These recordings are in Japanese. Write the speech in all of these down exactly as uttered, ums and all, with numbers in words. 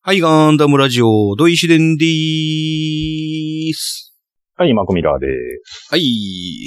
はい、ガンダムラジオ、土井紫伝でーす。 はい、マクミラーでーす。 はい。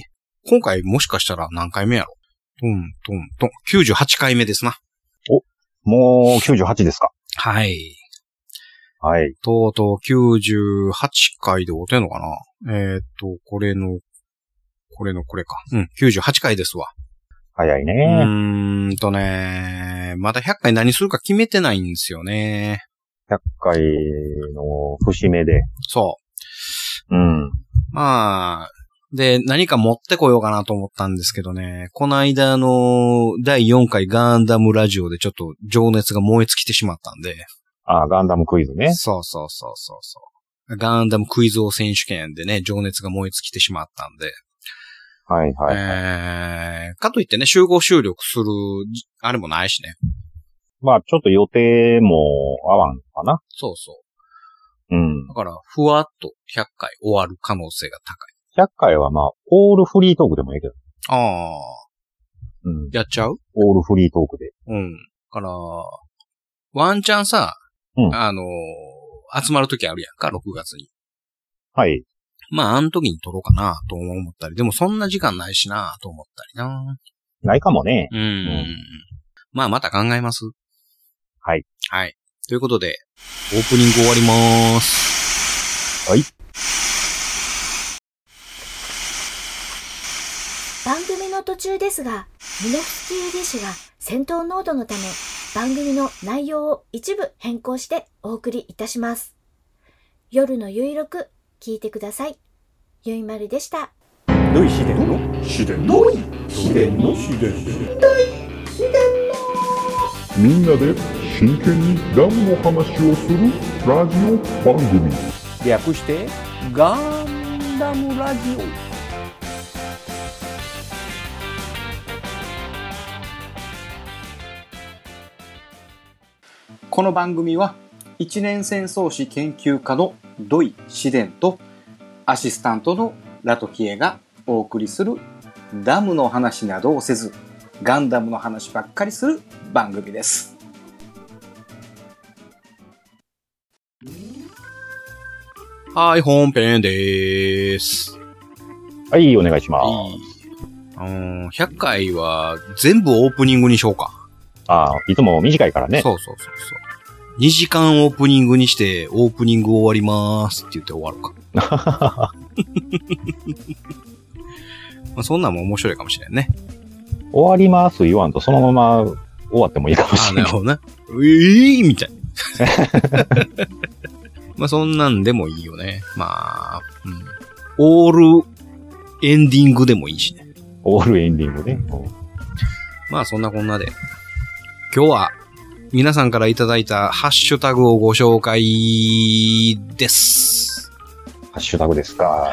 今回もしかしたら何回目やろ？トントントン。きゅうじゅうはちかいめですな。 お、もうきゅうじゅうはちですか。 はい。 はい。 とうとうきゅうじゅうはちかいでおてんのかな？えーっと、これの、これのこれか。うん、きゅうじゅうはちかいですわ。 早いうねーんとね、まだひゃっかい何するか決めてないんですよね。 ひゃっかいの節目で。 そう。 うん。 まあ、で、何か持ってこようかなと思ったんですけどね、この間のだいよんかいガンダムラジオでちょっと情熱が燃え尽きてしまったんで。 ああ、ガンダムクイズね。 そうそうそうそうそう。ガンダムクイズ王選手権でね、情熱が燃え尽きてしまったんで。 はいはい、はい。 えー、かといってね、集合集力する、あれもないしね。 まあ、ちょっと予定も合わんかな。 そうそう。 うん。 だから、ふわっとひゃっかい終わる可能性が高い。 ひゃっかいはまあ、オールフリートークでもいいけど。 ああ。 うん。 やっちゃう？ オールフリートークで。 うん。だから、ワンチャンさ、うん、あのー、集まるときあるやんか、ろくがつに。 はい。 まあ、あの時に撮ろうかな、と思ったり。でもそんな時間ないしな、と思ったりな。 ないかもね。 うん。うん、まあ、また考えます。 はい。 はい。ということで、オープニング終わりまーす。 はい。 番組の途中ですが、ミノフスキー・ウディッシュが戦闘濃度のため、番組の内容を一部変更してお送りいたします。夜のゆいろく、聞いてください。ゆいまるでした。 土井紫伝の紫伝の土井紫伝の紫伝の土井紫伝のみんなで真剣にダムの話をするラジオ番組。 略してガンダムラジオ。 この番組は一年戦争史研究家の土井紫伝とアシスタントのラトキエがお送りするダムの話などをせずガンダムの話ばっかりする番組です。 はい、本編でーす。 はい、お願いします。 あのー、ひゃっかいは全部オープニングにしようか。 ああ、いつも短いからね。 そうそうそうそう。にじかんオープニングにして、オープニング終わりまーすって言って終わるか。まあそんなんも面白いかもしれんね。 終わります言わんと、そのまま終わってもいいかもしれない。 あ、なるほどね。えーみたいな。まあそんなんでもいいよね。まあ、うん。オールエンディングでもいいしね。 オールエンディングね。 まあそんなこんなで。今日は皆さんからいただいたハッシュタグをご紹介です。 ハッシュタグですか。 はい。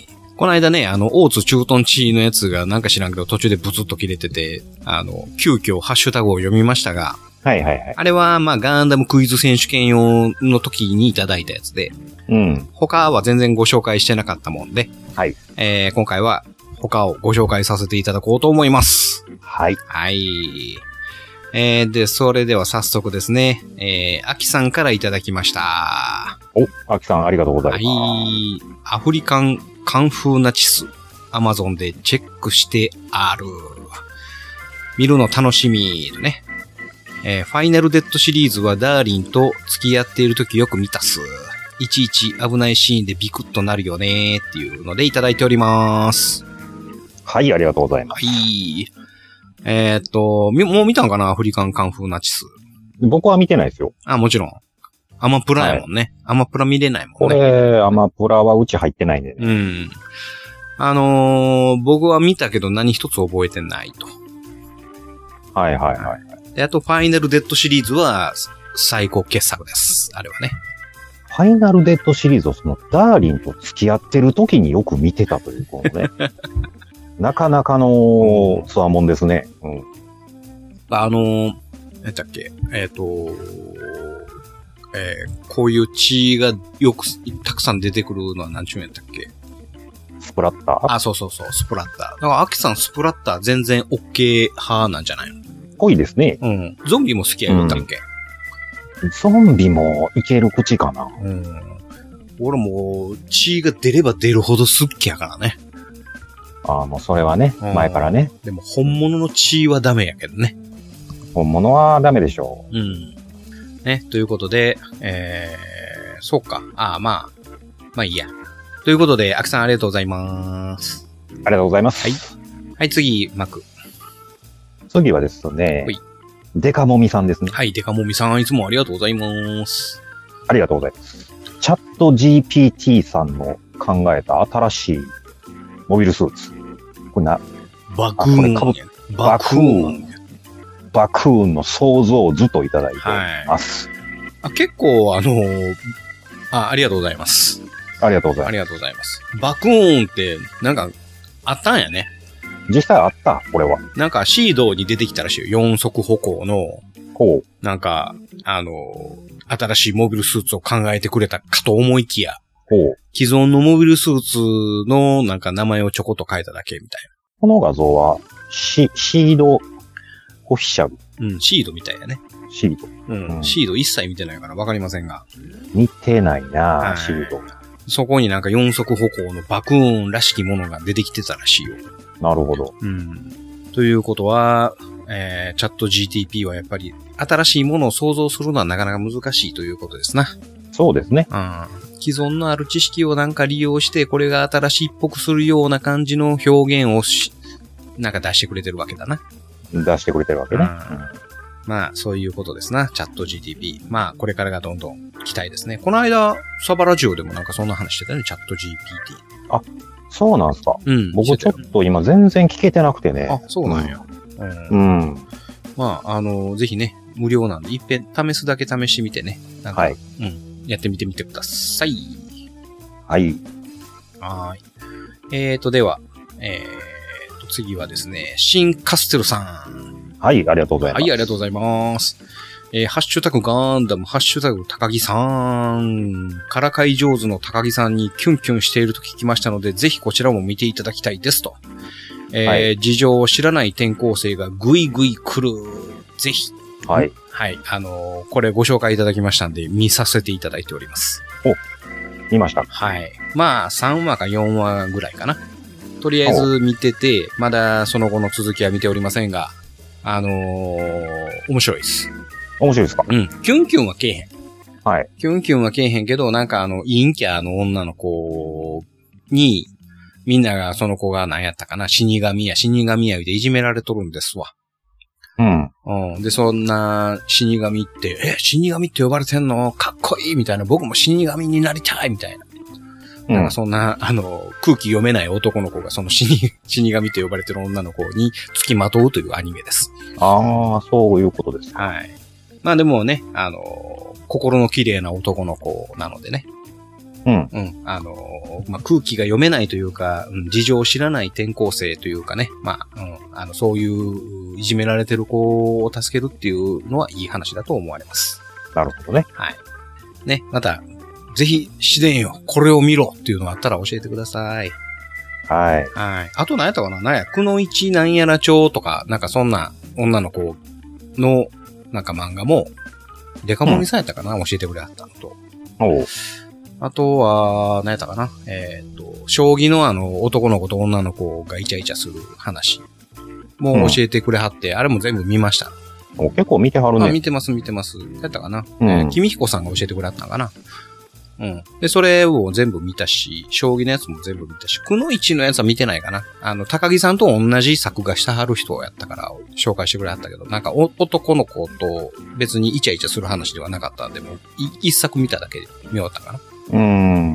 この間ね、あの、大津駐屯地のやつがなんか知らんけど途中でブツッと切れてて、あの、急遽ハッシュタグを読みましたが、 はいはいはい。 あれは、まあ、ガンダムクイズ選手権用の時にいただいたやつで、 うん。 他は全然ご紹介してなかったもんで、 はい。 えー、今回は他をご紹介させていただこうと思います。 はい。 はい。えー、で、それでは早速ですね、えー、アキさんからいただきました。 お、アキさんありがとうございます。 はい。アフリカンカンフーナチス、アマゾンでチェックしてある。見るの楽しみとね。えー、ファイナルデッドシリーズはダーリンと付き合っているときよく見たっす。いちいち危ないシーンでビクッとなるよねっていうのでいただいております。 はい、ありがとうございます。 はい。えー、っと、もう見たんかなアフリカンカンフーナチス。 僕は見てないですよ。 あ、もちろん。アマプラやもんね。はい、アマプラ見れないもんね。 これ、アマプラはうち入ってないんでね。 うん。あのー、僕は見たけど何一つ覚えてないと。 はいはいはい。 で、あと、ファイナルデッドシリーズは最高傑作です。あれはね。 ファイナルデッドシリーズをそのダーリンと付き合ってる時によく見てたということね。なかなかのつわもんですね。うん。 あのー、何だっけ、えっと、えー、こういう血がよくたくさん出てくるのは何ちゅうんやったっけ？ スプラッター？ あ、そうそうそう、スプラッター。だから、アキさんスプラッター全然 OK 派なんじゃないの？ 濃いですね。 うん。ゾンビも好きや言ったっけ？ ゾンビもいける口かな。 うん。俺も、血が出れば出るほど好きやからね。 ああ、もうそれはね、前からね。 でも本物の血はダメやけどね。 本物はダメでしょう。うん。ね、ということで、えー、そうか。ああ、まあ、まあいいや。ということで、アキさんありがとうございます。 ありがとうございます。 はい。はい、次、マク。 次はですね、 はい。 デカモミさんですね。 はい、デカモミさん、いつもありがとうございます。 ありがとうございます。チャット ジーピーティー さんの考えた新しいモビルスーツ。これな、 バクーン。 バクーン。バクーンの想像図といただいてます。 はい、あ結構、あのー、あ、ありがとうございます。 ありがとうございます。 ありがとうございます。バクーンって、なんか、あったんやね。 実際あった、これは。 なんか、シードに出てきたらしいよ。四足歩行の、 ほう。 なんか、あのー、新しいモビルスーツを考えてくれたかと思いきや、 ほう。 既存のモビルスーツのなんか名前をちょこっと変えただけみたいな。 この画像は、シ、シードオフィシャル。 うん、シードみたいやね。 シード。 うん。 うん、 シード一切見てないからわかりませんが。 見てないなぁ、シード。 そこになんか四足歩行のバクーンらしきものが出てきてたらしいよ。 なるほど。 うん。ということは、えー、チャット ジーティーピー はやっぱり新しいものを想像するのはなかなか難しいということですな。 そうですね。 うん。既存のある知識をなんか利用して、これが新しいっぽくするような感じの表現をし、なんか出してくれてるわけだな。 出してくれてるわけね。 うん、まあ、そういうことですな。チャット ジーティーピー。まあ、これからがどんどん期待ですね。この間、サバラジオでもなんかそんな話してたね。チャット ジーピーティー。 あ、そうなんすか。 うん。 僕ちょっと今全然聞けてなくてね。 あ、そうなんや。 うん。うん、 まあ、あの、ぜひね、無料なんで、いっぺん試すだけ試してみてね。なんか、はい。うん。やってみてみてください。 はい。 はい。えーと、では、えーと、次はですね、シンカステルさん。 はい、ありがとうございます。 はい、ありがとうございます。えー、ハッシュタグガンダム、ハッシュタグ高木さん。からかい上手の高木さんにキュンキュンしていると聞きましたので、ぜひこちらも見ていただきたいですと。えーはい、事情を知らない転校生がぐいぐい来る。ぜひ。 はい。 はい。あのー、これご紹介いただきましたんで、見させていただいております。 お、見ました。 はい。まあ、さんわかよんわぐらいかな。とりあえず見てて、まだその後の続きは見ておりませんが、あのー、面白いです。 面白いですか？ うん。キュンキュンはけえへん。 はい。 キュンキュンはけえへんけど、なんかあの、陰キャの女の子に、みんながその子が何やったかな、死神や死神やでいじめられとるんですわ。 うん。 うん。で、そんな死神って、え、死神って呼ばれてんのかっこいいみたいな、僕も死神になりたいみたいな。うん、なんかそんな、あの、空気読めない男の子がその死死神と呼ばれてる女の子に付きまとうというアニメです。 ああ、そういうことです。 はい。まあでもね、あの、心の綺麗な男の子なのでね。 うん。 うん。あの、まあ、空気が読めないというか、うん、事情を知らない転校生というかね。まあ、うん。あの、そういういじめられてる子を助けるっていうのはいい話だと思われます。 なるほどね。 はい。ね、また、ぜひ、試練よ、これを見ろっていうのがあったら教えてください。 はい。 はい。あと何やったかな何や、くのいちなんやら町とか、なんかそんな女の子の、なんか漫画も、デカモニさんやったかな、うん、教えてくれはったのと。 おう。 あとは、何やったかなえっと、将棋のあの、男の子と女の子がイチャイチャする話も教えてくれはって、うん、あれも全部見ました。 お、結構見てはるね。 あ、見てます、見てます。やったかな、 うん、 えー、君彦さんが教えてくれはったのかな。うん。で、それを全部見たし、将棋のやつも全部見たし、くのいちのやつは見てないかな。あの、高木さんと同じ作画したはる人をやったから、紹介してくれはったけど、なんか男の子と別にイチャイチャする話ではなかったんで、もう一作見ただけで見終わったかな。 うーん。 うん。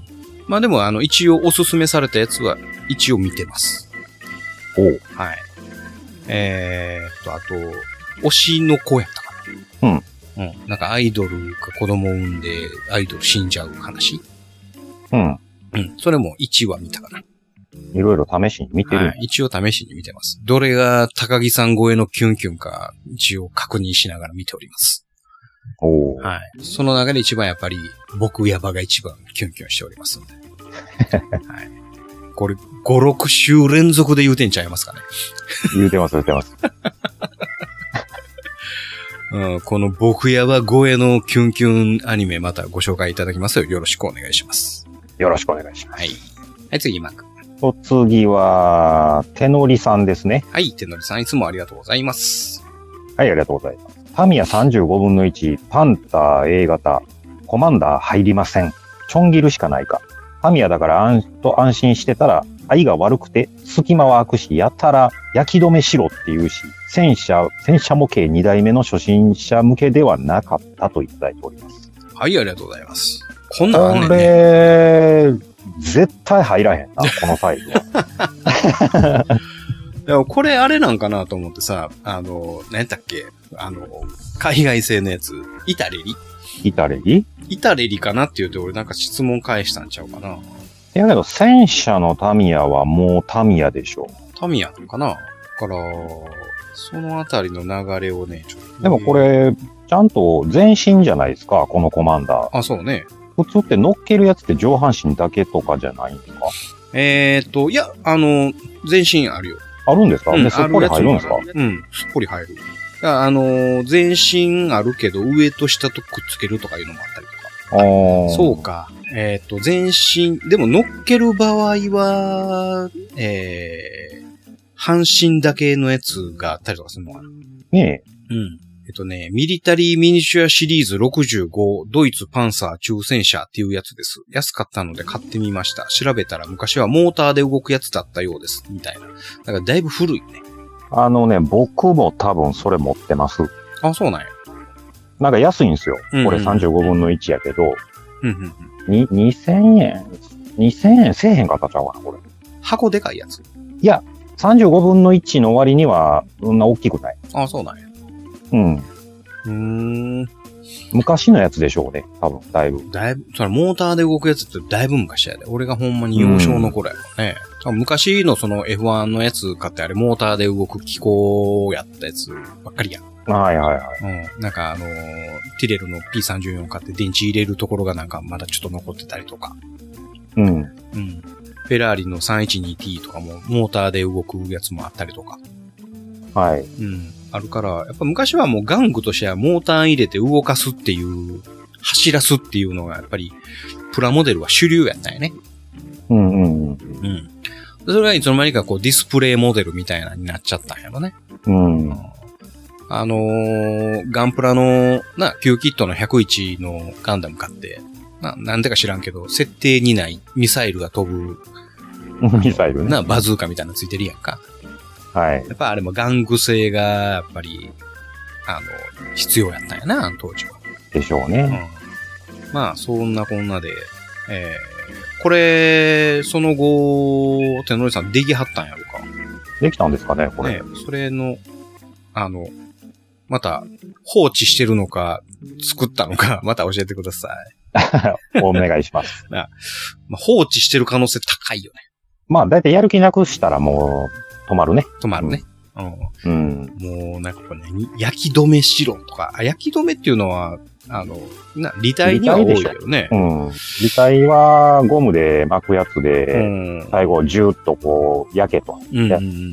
まあでも、あの、一応おすすめされたやつは、一応見てます。 おう。 はい。えーっと、あと、推しの子やったかな。うん。 うん。なんかアイドルが子供を産んで、アイドル死んじゃう話。 うん。 うん。それもいちわ見たかな。 いろいろ試しに見てる、 はい。一応試しに見てます。どれが高木さん超えのキュンキュンか、一応確認しながら見ております。 おー。 はい。その中で一番やっぱり、僕ヤバが一番キュンキュンしておりますので。はい。これ、ご、ろく週連続で言うてんちゃいますかね。 言うてます、言うてます。 うん、この僕やは声のキュンキュンアニメまたご紹介いただきますよ。よろしくお願いします。 よろしくお願いします。 はい。はい、次、マーク。 お次は、手乗りさんですね。 はい、手乗りさんいつもありがとうございます。 はい、ありがとうございます。タミヤさんじゅうごぶんのいち、パンター A 型、コマンダー入りません。ちょん切るしかないか。タミヤだから安と安心してたら、愛が悪くて、隙間は空くし、やたら焼き止めしろって言うし、戦車、戦車模型にだいめの初心者向けではなかったといただいております。 はい、ありがとうございます。こんなんあんねんね。 これ、絶対入らへんな、このサイズは。 でもこれあれなんかなと思ってさ、あの、何やったっけあの、海外製のやつ、イタレリイタレリイタレリかなって言うと俺なんか質問返したんちゃうかな。 いやけど、戦車のタミヤはもうタミヤでしょ。 タミヤなのかなだから、そのあたりの流れをね、ちょっと、ね。 でもこれ、ちゃんと全身じゃないですか、このコマンダー。 あ、そうね。 普通って乗っけるやつって上半身だけとかじゃないんですか？ えーっと、いや、あの、全身あるよ。 あるんですか？ うん、 すっぽり入るんですか？ うん、すっぽり入る。あの、全身あるけど、上と下とくっつけるとかいうのもあったりとか。 あそうか。えっと、全身、でも乗っける場合は、えー、半身だけのやつがあったりとかするのかな。 ねえ。うん。えっとね、ミリタリーミニチュアシリーズろくじゅうご、ドイツパンサー中戦車っていうやつです。安かったので買ってみました。調べたら昔はモーターで動くやつだったようです。みたいな。だからだいぶ古いね。 あのね、僕も多分それ持ってます。 あ、そうなんや。 なんか安いんですよ。 うんうん、 これさんじゅうごぶんのいちやけど。 うんうんうん、に、にせんえん ?にせんえんせえへんかったちゃうかな、これ。 箱でかいやつ。 いや、さんじゅうごぶんのいちの割には、そんな大きくない。 あ、そうなんや。 うん。 うーん。 昔のやつでしょうね、多分、だいぶ。 だいぶ、それモーターで動くやつってだいぶ昔やで。俺がほんまに幼少の頃やからね。うん、昔のその エフワン のやつ買ってあれモーターで動く機構やったやつばっかりやん。 はいはいはい。 うん。なんかあのー、ティレルの ピーさんじゅうよん 買って電池入れるところがなんかまだちょっと残ってたりとか。 うん。 うん。フェラーリの さんいちにティー とかもモーターで動くやつもあったりとか。 はい。 うん。あるから、やっぱ昔はもう玩具としてはモーター入れて動かすっていう、走らすっていうのがやっぱり、プラモデルは主流やったんやね。 うんうんうん。 うん。それがいつの間にかこうディスプレイモデルみたいなになっちゃったんやろね。 うん。 あのー、ガンプラの、な、旧キットのひゃくいちのガンダム買って、な、なんでか知らんけど、設定にないミサイルが飛ぶ。 ミサイルね。 な、バズーカみたいなのついてるやんか。 はい。 やっぱあれも玩具性が、やっぱり、あの、必要やったんやな、あの当時は。 でしょうね。 うん、まあ、そんなこんなで、えー、これ、その後、手乗りさん、できはったんやろか。 できたんですかね、これ。 ね、それの、あの、また、放置してるのか、作ったのか、また教えてください。お願いします。 まあ、放置してる可能性高いよね。 まあ、だいたいやる気なくしたらもう、止まるね。 止まるね。うん。 うん。 もう、なんかこれね、焼き止めしろとか、あ、焼き止めっていうのは、あの、な、離体には多いけどね。 うん。離体はゴムで巻くやつで、うん、最後、ジューッとこう、焼けと、うんうん。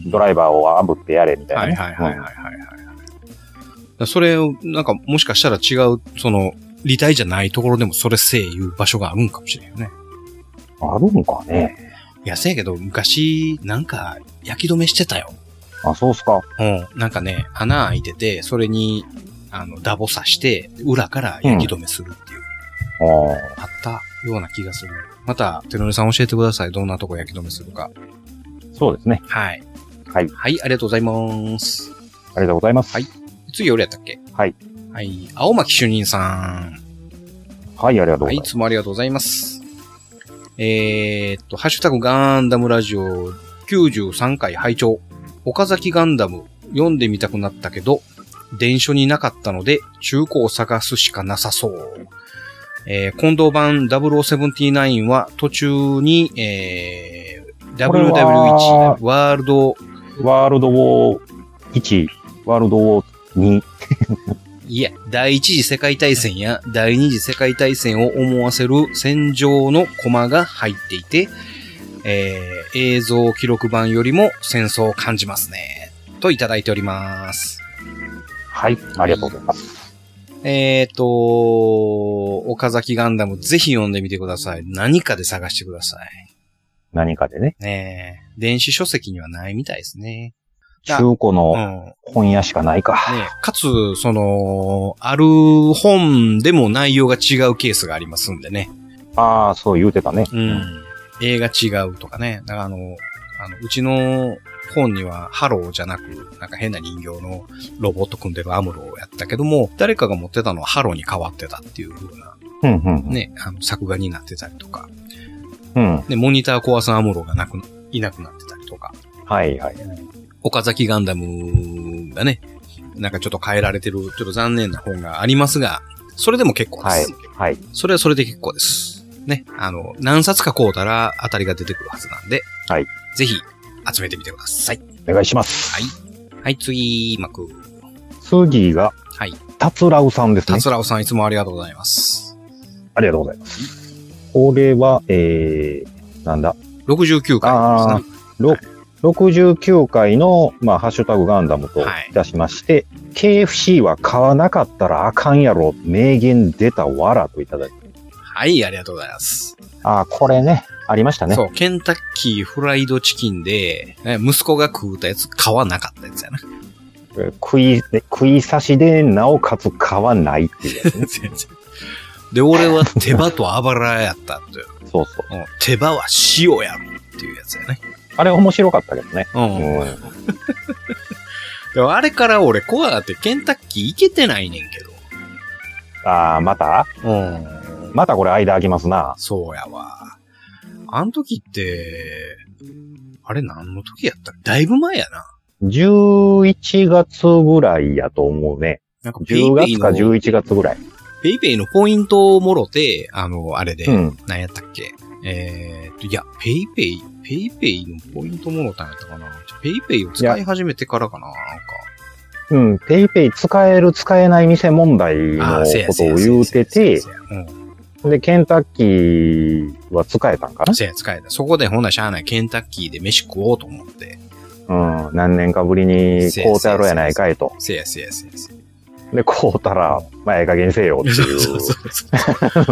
ドライバーを炙ってやれみたいな、ね。 はいはいはいはいはい、はい。それを、なんか、もしかしたら違う、その、離体じゃないところでもそれせえいう場所があるんかもしれんよね。 あるんかね。 いや、せやけど、昔、なんか、焼き止めしてたよ。 あ、そうっすか。 うん。なんかね、穴開いてて、それに、あの、ダボ刺して、裏から焼き止めするっていう。うん、ああったような気がする。また、手乗りさん教えてください。どんなとこ焼き止めするか。 そうですね。 はい。 はい。 はい、ありがとうございます。 ありがとうございます。 はい。次、俺やったっけ？ はい。 はい。青巻主任さん。 はい、ありがとうございます。はい、 いつもありがとうございます。えー、っと、ハッシュタグガンダムラジオきゅうじゅうさんかい拝聴。岡崎ガンダム読んでみたくなったけど、電書になかったので中古を探すしかなさそう。えー、近藤版ダブルオーセブンティーナインは途中に、えー、ダブリューダブリューワン ワールド、 ワールドウォーいち、ワールドウォーに。 いや、第一次世界大戦や第二次世界大戦を思わせる戦場のコマが入っていて、えー、映像記録版よりも戦争を感じますね。といただいております。 はい。ありがとうございます。 えっと、岡崎ガンダムぜひ読んでみてください。何かで探してください。 何かでね。 ねえ。電子書籍にはないみたいですね。 中古の本屋しかないか。 ねえ。かつ、その、ある本でも内容が違うケースがありますんでね。 ああ、そう言うてたね。 うん。映画違うとかね。だからあの、あの、うちの本にはハローじゃなく、なんか変な人形のロボット組んでるアムロをやったけども、誰かが持ってたのはハローに変わってたっていう風な、 うんうんうん、ね、 あの、作画になってたりとか。 うん。 で、モニター壊すアムロがなく、いなくなってたりとか。 はいはい。 岡崎ガンダムがね、なんかちょっと変えられてる、ちょっと残念な本がありますが、それでも結構です。 はい。はい。 それはそれで結構です。ね。あの、何冊か買うたら当たりが出てくるはずなんで、 はい。 ぜひ集めてみてください。 お願いします。 はい。はい、次、マク。 次が、 はい。 たつらうさんですね。 たつらうさんいつもありがとうございます。 ありがとうございます。これは、えー、なんだ。 ろくじゅうきゅうかいですね。 あ、はい、ろくじゅうきゅうかいの、まあ、ハッシュタグガンダムといたしまして、はい、ケーエフシー は買わなかったらあかんやろ、名言出たわらといただいて。 はい、ありがとうございます。 ああ、これね、ありましたね。 そう、ケンタッキーフライドチキンで、息子が食うたやつ、買わなかったやつやな。 食い、食い差しで、なおかつ買わないっていうやつ、ね。 で、俺は手羽とあばらやったって。 そうそう。 手羽は塩やろっていうやつやね。 あれ面白かったけどね。うん。うん、 でもあれから俺怖がってケンタッキー行けてないねんけど。 ああ、またうん。 またこれ間空きますな。 そうやわ。あの時って、あれ何の時やったっけ？だいぶ前やな。 じゅういちがつぐらいやと思うね。なんかペイペイじゅうがつかじゅういちがつぐらい。 ペイペイのポイントをもろて、あの、あれで、 うん、 何やったっけ？えーっと、いや、ペイペイ、ペイペイのポイントもろたんやったかな。ペイペイを使い始めてからかな、なんか。 うん、ペイペイ使える使えない店問題のことを言うてて、で、ケンタッキーは使えたんかな？ せや、使えた。そこでほんなしゃあないケンタッキーで飯食おうと思って。 うん、何年かぶりに買うたやろやないかいと。 せやせやせやせや。 で、買うたら、まあ、ええ加減にせよっていう。そうそうそう。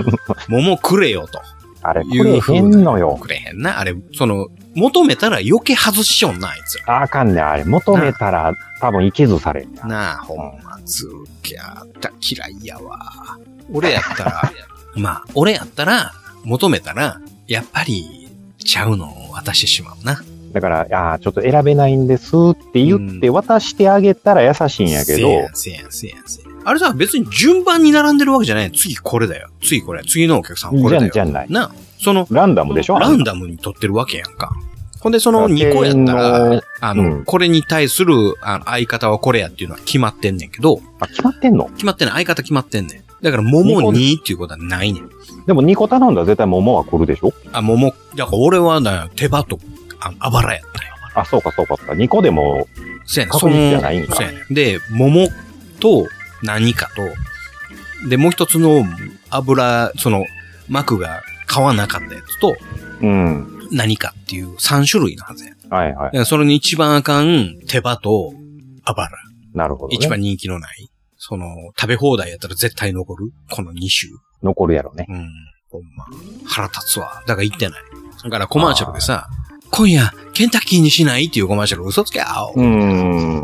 桃くれよと。 あれ、くれへんのよ。 くれへんな。あれ、その、求めたら余計外しよんな、あいつら。 あかんねん、あれ。求めたら、多分、生きずされんや。 なあ、ほんま、ずーきゃった嫌いやわ。俺やったら、まあ、俺やったら、求めたら、やっぱり、ちゃうのを渡してしまうな。 だから、ああ、ちょっと選べないんですって言って渡してあげたら優しいんやけど。せやせやせやせや。あれさ、別に順番に並んでるわけじゃない。次これだよ。次これ。次のお客さんこれだよ。 じゃんじゃない。 な、その、 ランダムでしょ？ ランダムに取ってるわけやんか。ほんで、そのにこやったら、あの、うん、これに対するあの相方はこれやっていうのは決まってんねんけど。 あ、決まってんの？ 決まってんねん。相方決まってんねん。だから、桃にっていうことはないねん。 でもにこ頼んだら絶対桃は来るでしょ？ あ、桃。だから俺はね、手羽と、あの、あばらやったよ。 あ、そうかそうか。にこでも、確実じゃないんか。 そうやねん。で、桃と何かと、で、もう一つの油、その、膜が買わなかったやつと、 うん。 何かっていうさん種類のはずや。 はいはい。 それに一番あかん手羽とあばら。 なるほど、ね。 一番人気のない。その、食べ放題やったら絶対残るこのに種。 残るやろね。 うん。ほんま。腹立つわ。だから言ってない。だからコマーシャルでさ、今夜、ケンタッキーにしないっていうコマーシャル嘘つけあお。 うん。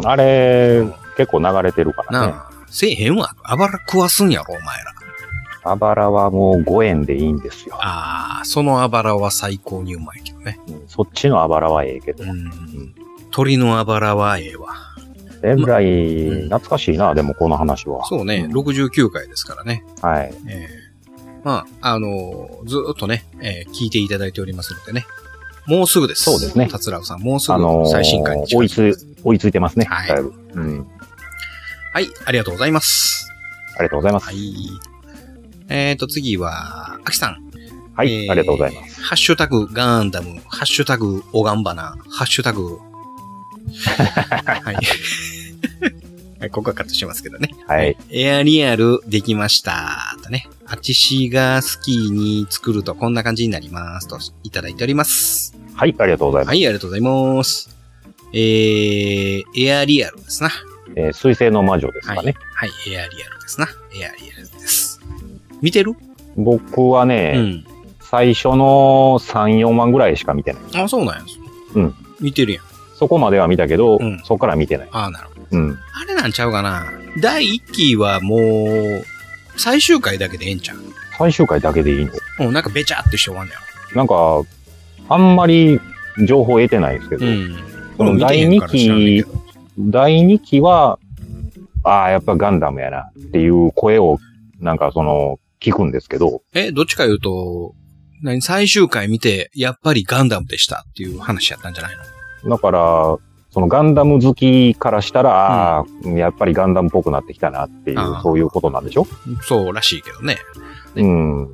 あれ、結構流れてるからね。なあ。せえへんわ。あばら食わすんやろ、お前ら。 あばらはもうごえんでいいんですよ。 ああ、そのあばらは最高にうまいけどね。 うん、そっちのあばらはええけど。うん。 鳥のあばらはええわ。 えらい、懐かしいな、うん、でもこの話は。 そうね、ろくじゅうきゅうかいですからね。 はい。 えー、まあ、あのー、ずーっとね、えー、聞いていただいておりますのでね。もうすぐです。 そうですね。 たつらうさん、もうすぐ最新回に近づきます、あのー、追いつ、追いついてますね。 はい。 だいぶ。うん。 はい、ありがとうございます。 ありがとうございます。 はい。えーと、次は、あきさん。 はい、えー、ありがとうございます。 ハッシュタグガンダム、ハッシュタグオガンバナ、ハッシュタグ、はい。はい、ここはカットしますけどね。 はい。 エアリアルできました。とね。あちしがスキーに作るとこんな感じになります。といただいております。 はい、ありがとうございます。 はい、ありがとうございます。えー、エアリアルですな。 えー、水星の魔女ですかね。 はい。はい、エアリアルですな。エアリアルです。見てる？ 僕はね、 うん。 最初のさん、よんわぐらいしか見てない。 あ、そうなんや。 うん。 見てるやん。 そこまでは見たけど、 うん、 そこから見てない。 ああ、なるほど。 うん。 あれなんちゃうかな。だいいっきはもう、最終回だけでええんちゃう？ 最終回だけでいいの？ うん、なんかべちゃってして終わんねやろ。なんか、あんまり情報得てないですけど、うん。このだいにき、だいにきは、ああ、やっぱガンダムやなっていう声を、なんかその、聞くんですけど。 え、どっちか言うと、何最終回見て、やっぱりガンダムでしたっていう話やったんじゃないの？ だから、そのガンダム好きからしたら、ああ、うん、やっぱりガンダムっぽくなってきたなっていう、そういうことなんでしょ？ そうらしいけどね。 うん。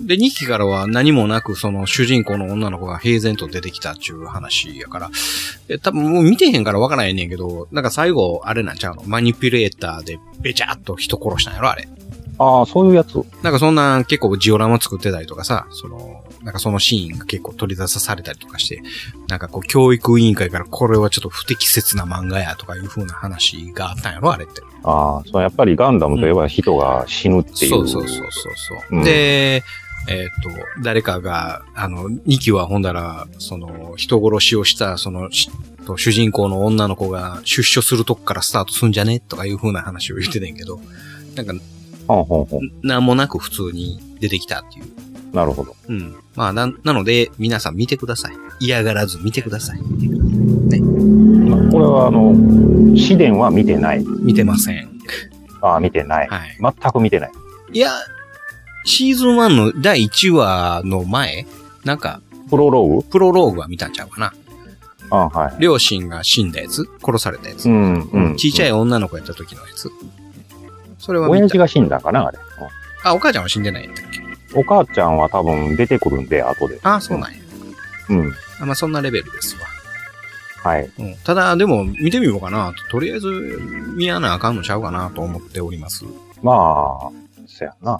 で、にきからは何もなく、その主人公の女の子が平然と出てきたっていう話やから、え多分もう見てへんからわからないねんけど、なんか最後、あれなんちゃうの？マニピュレーターでべちゃっと人殺したんやろあれ。 ああ、そういうやつ？ なんかそんな結構ジオラマ作ってたりとかさ、その、なんかそのシーンが結構取り出さされたりとかして、なんかこう教育委員会からこれはちょっと不適切な漫画やとかいう風な話があったんやろあれって。 ああ、そうやっぱりガンダムといえば人が死ぬっていう。 うん、そうそうそうそうそう、うん。で、えっと、誰かが、あの、にきはほんだら、その、人殺しをした、その、主人公の女の子が出所するとこからスタートすんじゃねとかいう風な話を言ってたんやけど、なんか、 ほんほんほんなんもなく普通に出てきたっていう。 なるほど。 うん。まあ、な、なので、皆さん見てください。嫌がらず見てください。ね。 まあ、これは、あの、試練は見てない。 見てません。 ああ、見てない。はい。全く見てない。 いや、シーズンワンのだいいちわの前なんか、 プロローグプロローグは見たんちゃうかな。 ああ、はい。 両親が死んだやつ殺されたやつ。 うん、うん。 ちっちゃい女の子やった時のやつ。それは親父が死んだかなあれ。 あ、お母ちゃんは死んでないんだっけ？ お母ちゃんは多分出てくるんで、後で。 ああ、そうなんや。 うん。 あまあ、そんなレベルですわ。 はい。 うん、ただ、でも、見てみようかな。とりあえず、見やなあかんのちゃうかなと思っております。 まあ、そやな。 うん。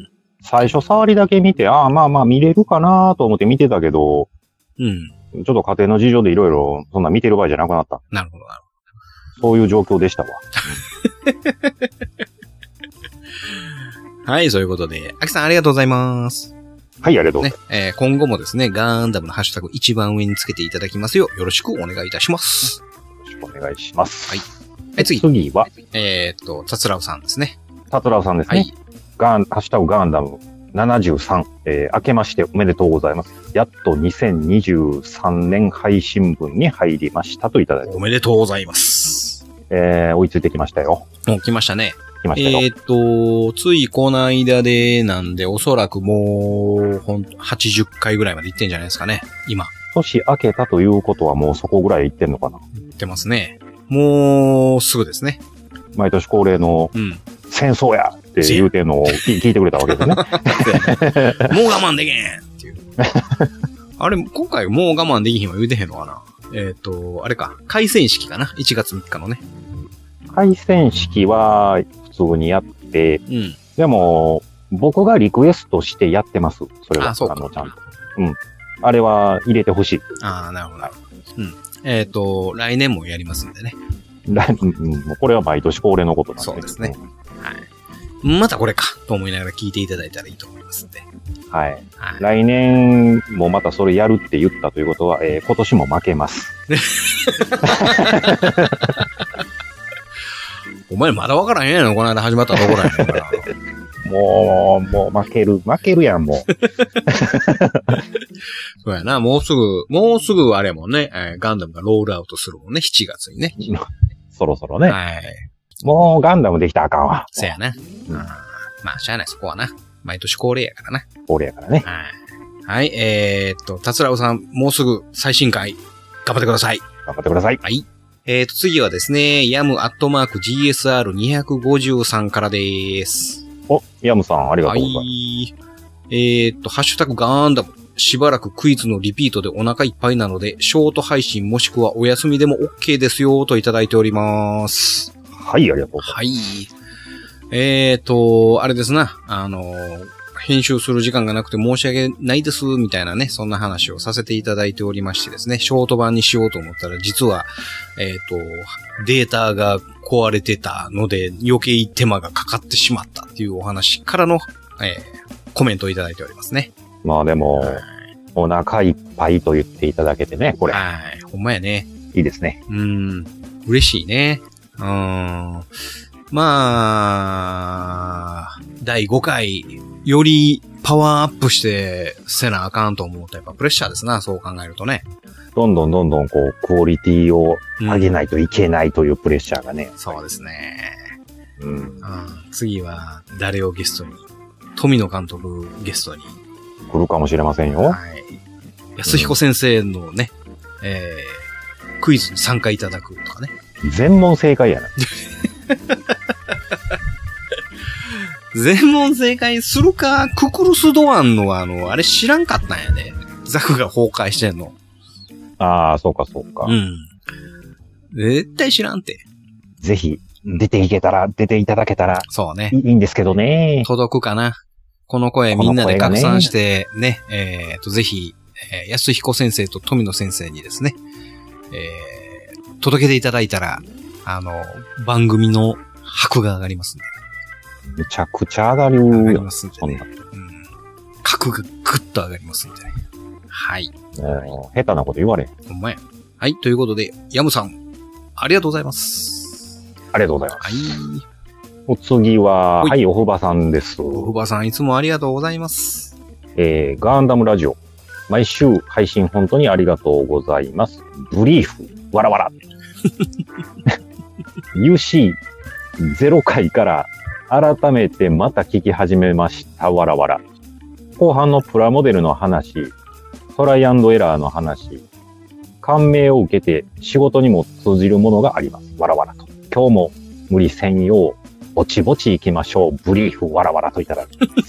最初、触りだけ見て、ああ、まあまあ見れるかなと思って見てたけど、 うん。 ちょっと家庭の事情でいろいろ、そんな見てる場合じゃなくなった。 なるほど、なるほど。そういう状況でしたわ。 はい、そういうことで、アキさんありがとうございます。 はい、ありがとうございます。 ね、えー、今後もですね、ガンダムのハッシュタグ一番上につけていただきますよう、よろしくお願いいたします。 よろしくお願いします。 はい。はい、次。 次は、 えー、っと、たつらうさんですね。 たつらうさんですね。はい。ガン、ハッシュタグガンダムななじゅうさん、えー、明けましておめでとうございます。やっとにせんにじゅうさんねん配信分に入りましたといただいて。 おめでとうございます。 えー、追いついてきましたよ。 もう来ましたね。 来ましたよ。 えー、っと、ついこの間でなんで、おそらくもう、ほんと、はちじゅっかいぐらいまで行ってんじゃないですかね、今。 年明けたということはもうそこぐらい行ってんのかな。 行ってますね。もう、すぐですね。 毎年恒例の、うん。戦争やって言うてんのを聞いてくれたわけですね。もう我慢できへんっていう。あれ、今回もう我慢できへんは言うてへんのかな。えっと、あれか、開戦式かな。いちがつみっかのね。 開戦式は普通にやって、うん、でも、僕がリクエストしてやってます。それは。 あ、そうか。 あの、ちゃんと。うん。あれは入れてほしい。 ああ、なるほど。うん。えっと、来年もやりますんでね。 来年、うん、もうこれは毎年恒例のことなんで。 そうですね。はい。またこれかと思いながら聞いていただいたらいいと思いますんで。 はい。はい、来年もまたそれやるって言ったということは、えー、今年も負けます。 お前まだ分からへんやろ、この間始まったところやねんから。 もう、もう負ける、負けるやん、もう。 そうやな、もうすぐ、もうすぐあれもんね、えー、ガンダムがロールアウトするもんね、しちがつにね。 そろそろね。 はい。 もうガンダムできたらあかんわ。 そうやな。うん、まあ、しゃあない、そこはな。毎年恒例やからな。 恒例やからね。 はい。はい、えー、っと、たつらうさん、もうすぐ最新回、頑張ってください。 頑張ってください。 はい。えー、っと、次はですね、ヤムアットマーク ジーエスアールにひゃくごじゅうさん からでーす。 お、ヤムさん、ありがとうございます。はい。 えー、っと、ハッシュタグガンダム。しばらくクイズのリピートでお腹いっぱいなので、ショート配信もしくはお休みでも OK ですよ、といただいております。 はい、ありがとうございます。 はい。えーと、あれですな。あの、 編集する時間がなくて申し訳ないです、みたいなね、そんな話をさせていただいておりましてですね、ショート版にしようと思ったら、実は、えっと、データが壊れてたので、余計手間がかかってしまったっていうお話からの、えー、コメントをいただいておりますね。 まあでも、 はい、 お腹いっぱいと言っていただけてね、これ。 はい。ほんまやね。 いいですね。 うん。嬉しいね。うん。まあ、だいごかい、よりパワーアップしてせなあかんと思うとやっぱプレッシャーですな、そう考えるとね。 どんどんどんどんこう、クオリティを上げないといけないというプレッシャーがね。 うん、そうですね。 うん。うん、 次は誰をゲストに、富野監督ゲストに。 来るかもしれませんよ。はい。 安彦先生のね、うん、えー、クイズに参加いただくとかね。 全問正解やな。 全問正解するか、ククルスドアンのあの、あれ知らんかったんやで。ザクが崩壊してんの。 ああ、そうかそうか。 うん。絶対知らんて。 ぜひ、出ていけたら、出ていただけたら。 そうね。 いいんですけどね。 届くかな。この声みんなで拡散してね、ねえっと、ぜひ、えー、安彦先生と富野先生にですね、えー、届けていただいたら、あの、番組の箔が上がりますんで。 めちゃくちゃ上がるよ。 上がりますんでね。 そんな。 うん。格がぐっと上がりますんでね。はい。 もう下手なこと言われん。 ほんまや。はい。ということで、ヤムさん、ありがとうございます。 ありがとうございます。 はい。 お次は、はい、おふばさんです。 おふばさん、いつもありがとうございます。 えー、ガンダムラジオ。毎週配信本当にありがとうございます。ブリーフ、わらわら。ユーシーゼロ 回から改めてまた聞き始めました。わらわら。後半のプラモデルの話、トライアンドエラーの話、感銘を受けて仕事にも通じるものがあります。わらわらと。今日も無理せんよう、ぼちぼち行きましょう。ブリーフ、わらわらといただく。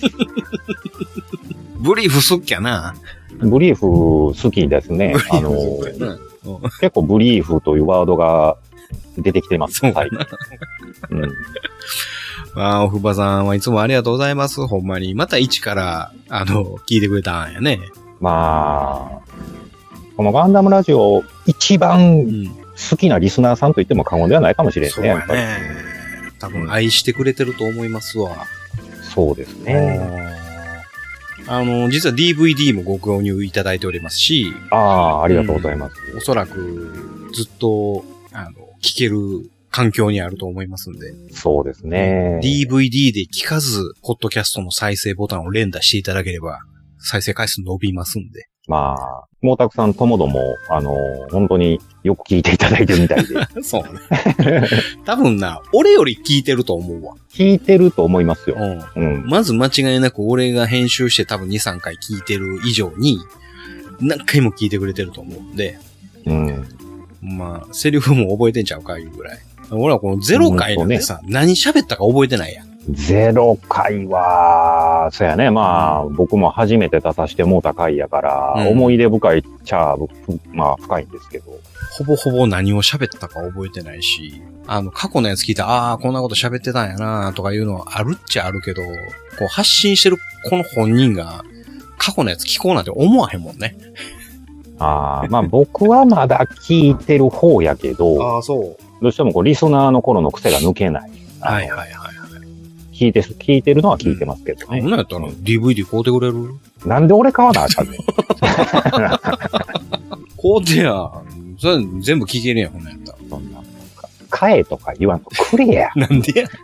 ブリーフ好きやな。 ブリーフ好きですね。あの、結構ブリーフというワードが出てきてます。 そうはい。うん。 ああ、おふばさんはいつもありがとうございます。ほんまに。また一から、あの、聞いてくれたんやね。 まあ、このガンダムラジオ一番好きなリスナーさんと言っても過言ではないかもしれんね。 そうやね。多分愛してくれてると思いますわ。 そうですね。 あの、実は ディーブイディー もご購入いただいておりますし。 ああ、ありがとうございます。 うん、おそらく、ずっと、あの、聞ける環境にあると思いますんで。 そうですね。 ディーブイディー で聞かず、ポッドキャストの再生ボタンを連打していただければ、再生回数伸びますんで。 まあ、もうたくさんともども、あの、本当によく聞いていただいてるみたいで。 そうね。多分な、俺より聞いてると思うわ。 聞いてると思いますよ。 うん。うん、まず間違いなく俺が編集して多分に、さんかい聞いてる以上に、何回も聞いてくれてると思うんで。 うん。 まあ、セリフも覚えてんちゃうかいうぐらい。俺はこのゼロ回なんてさ、ね、何喋ったか覚えてないやん。 ゼロ回は、そうやね。まあ、うん、僕も初めて出させてもうた回やから、うん、思い出深いっちゃ、まあ、深いんですけど。 ほぼほぼ何を喋ったか覚えてないし、あの、過去のやつ聞いたら、ああ、こんなこと喋ってたんやなとかいうのはあるっちゃあるけど、こう発信してるこの本人が、過去のやつ聞こうなんて思わへんもんね。 ああ、まあ僕はまだ聞いてる方やけど、 ああ、そう。 どうしてもこうリスナーの頃の癖が抜けない。 はいはいはいはい。 聞いて、聞いてるのは聞いてますけどね。 うん、そんなんやったら ディーブイディー 買うてくれる？ なんで俺買わなあかんねん。 買うてや。それ全部聞けるやん、ほんなんやったら。 そんな。買えとか言わんとくれや。 なんでや。い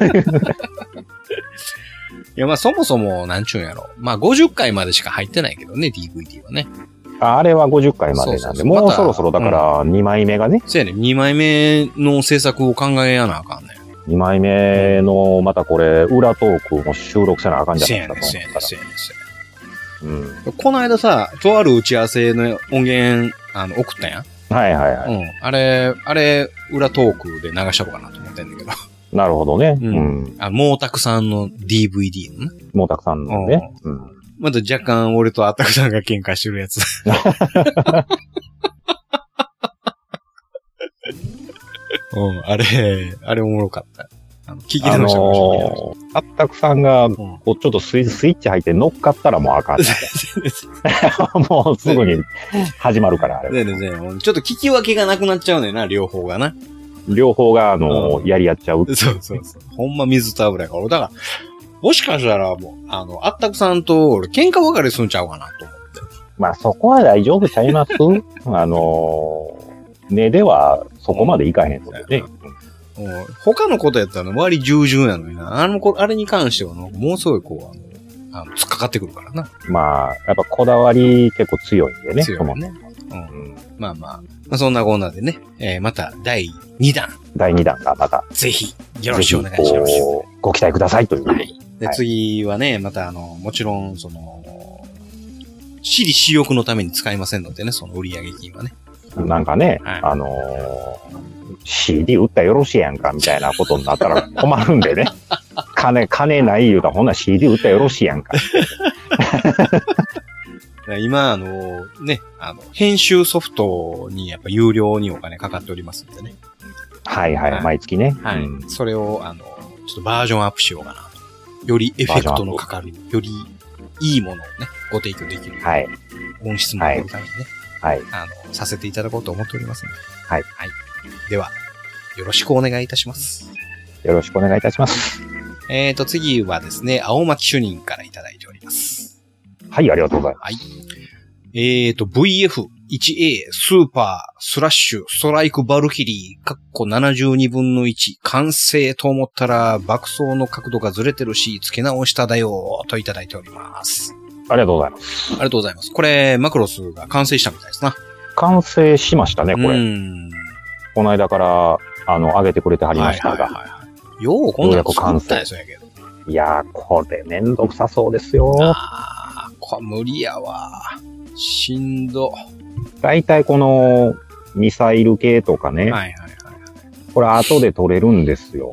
や、まあそもそも、なんちゅうんやろ。まあごじゅっかいまでしか入ってないけどね、ディーブイディー はね。 あ, あれはごじゅっかいまでなんで、そうそうそうもうそろそろだからにまいめがね。 そうやね、にまいめの制作を考えやなあかんねん。 にまいめの、またこれ、裏トークも収録せなあかんじゃないですか。 そうやね、そうやね、そうやね。 うん。 この間さ、とある打ち合わせの音源、あの、送ったやん。 はいはいはい。 うん。あれ、あれ、裏トークで流しとこうかなと思ってんだけど。 なるほどね。 うん。うん、あの、モータクさんの ディーブイディー のね。 モータクさんのね。うん。 まだ若干俺とアタクさんが喧嘩してるやつ。うん、あれ、あれおもろかった。 あの聞き直してほしい。 あのー、あったくさんが、こう、ちょっとスイスイッチ入って乗っかったらもうあかん。もうすぐに始まるから、あれ。 ねねねちょっと聞き分けがなくなっちゃうねんな、両方がな。 両方が、あのー、やり合っちゃう。 そうそうそう。ほんま水と油やから。だから、もしかしたらもう、あの、あったくさんと俺喧嘩別れすんちゃうかなと思って。 まあそこは大丈夫ちゃいますあのー、根ではそこまでいかへんのでね。 うん、他のことやったら割り従順やのにな。あの、あれに関してはの、もうすごいこう、あの、あの突っかかってくるからな。 まあ、やっぱこだわり結構強いんでね。 強いね。うん。まあまあ、まあ、そんなこんなでね、えー、まただいにだん。 だいにだんがまた。 ぜひ、よろしくお願いします。 ご, ご期待くださいという。 はい。で、 はい、 次はね、またあの、もちろん、その、私利私欲のために使いませんのでね、その売上金はね。 なんかね、はい、あのー、シーディー 売ったらよろしいやんか、みたいなことになったら困るんでね。金、金ない言うたらほんなら シーディー 売ったらよろしいやんか。 今、あの、ね、あの、編集ソフトにやっぱ有料にお金かかっておりますんでね。 はいはい、はい、毎月ね。 はい。うん、それを、あの、ちょっとバージョンアップしようかなと。よりエフェクトのかかる、よりいいものをね、ご提供できる。 はい。 音質も上げるためにね。 はい。 あの、させていただこうと思っておりますので。 はい。 はい。では、よろしくお願いいたします。 よろしくお願いいたします。 えーと、次はですね、青巻主任からいただいております。 はい、ありがとうございます。 はい。えーと、ブイエフワンエー スーパースラッシュストライクバルキリー、かっこななじゅうにぶんのいち、完成と思ったら爆走の角度がずれてるし、付け直しただよ、といただいております。 ありがとうございます。 ありがとうございます。これ、マクロスが完成したみたいですな。 完成しましたね、これ。 うんこの間から、あの、上げてくれてはりましたが。はいはいはい、 よう、こんなの作ったやつやけど。 いやー、これめんどくさそうですよ。 あー、これ無理やわ。しんど。 大体この、ミサイル系とかね。はいはいはい。これ後で取れるんですよ。 うん。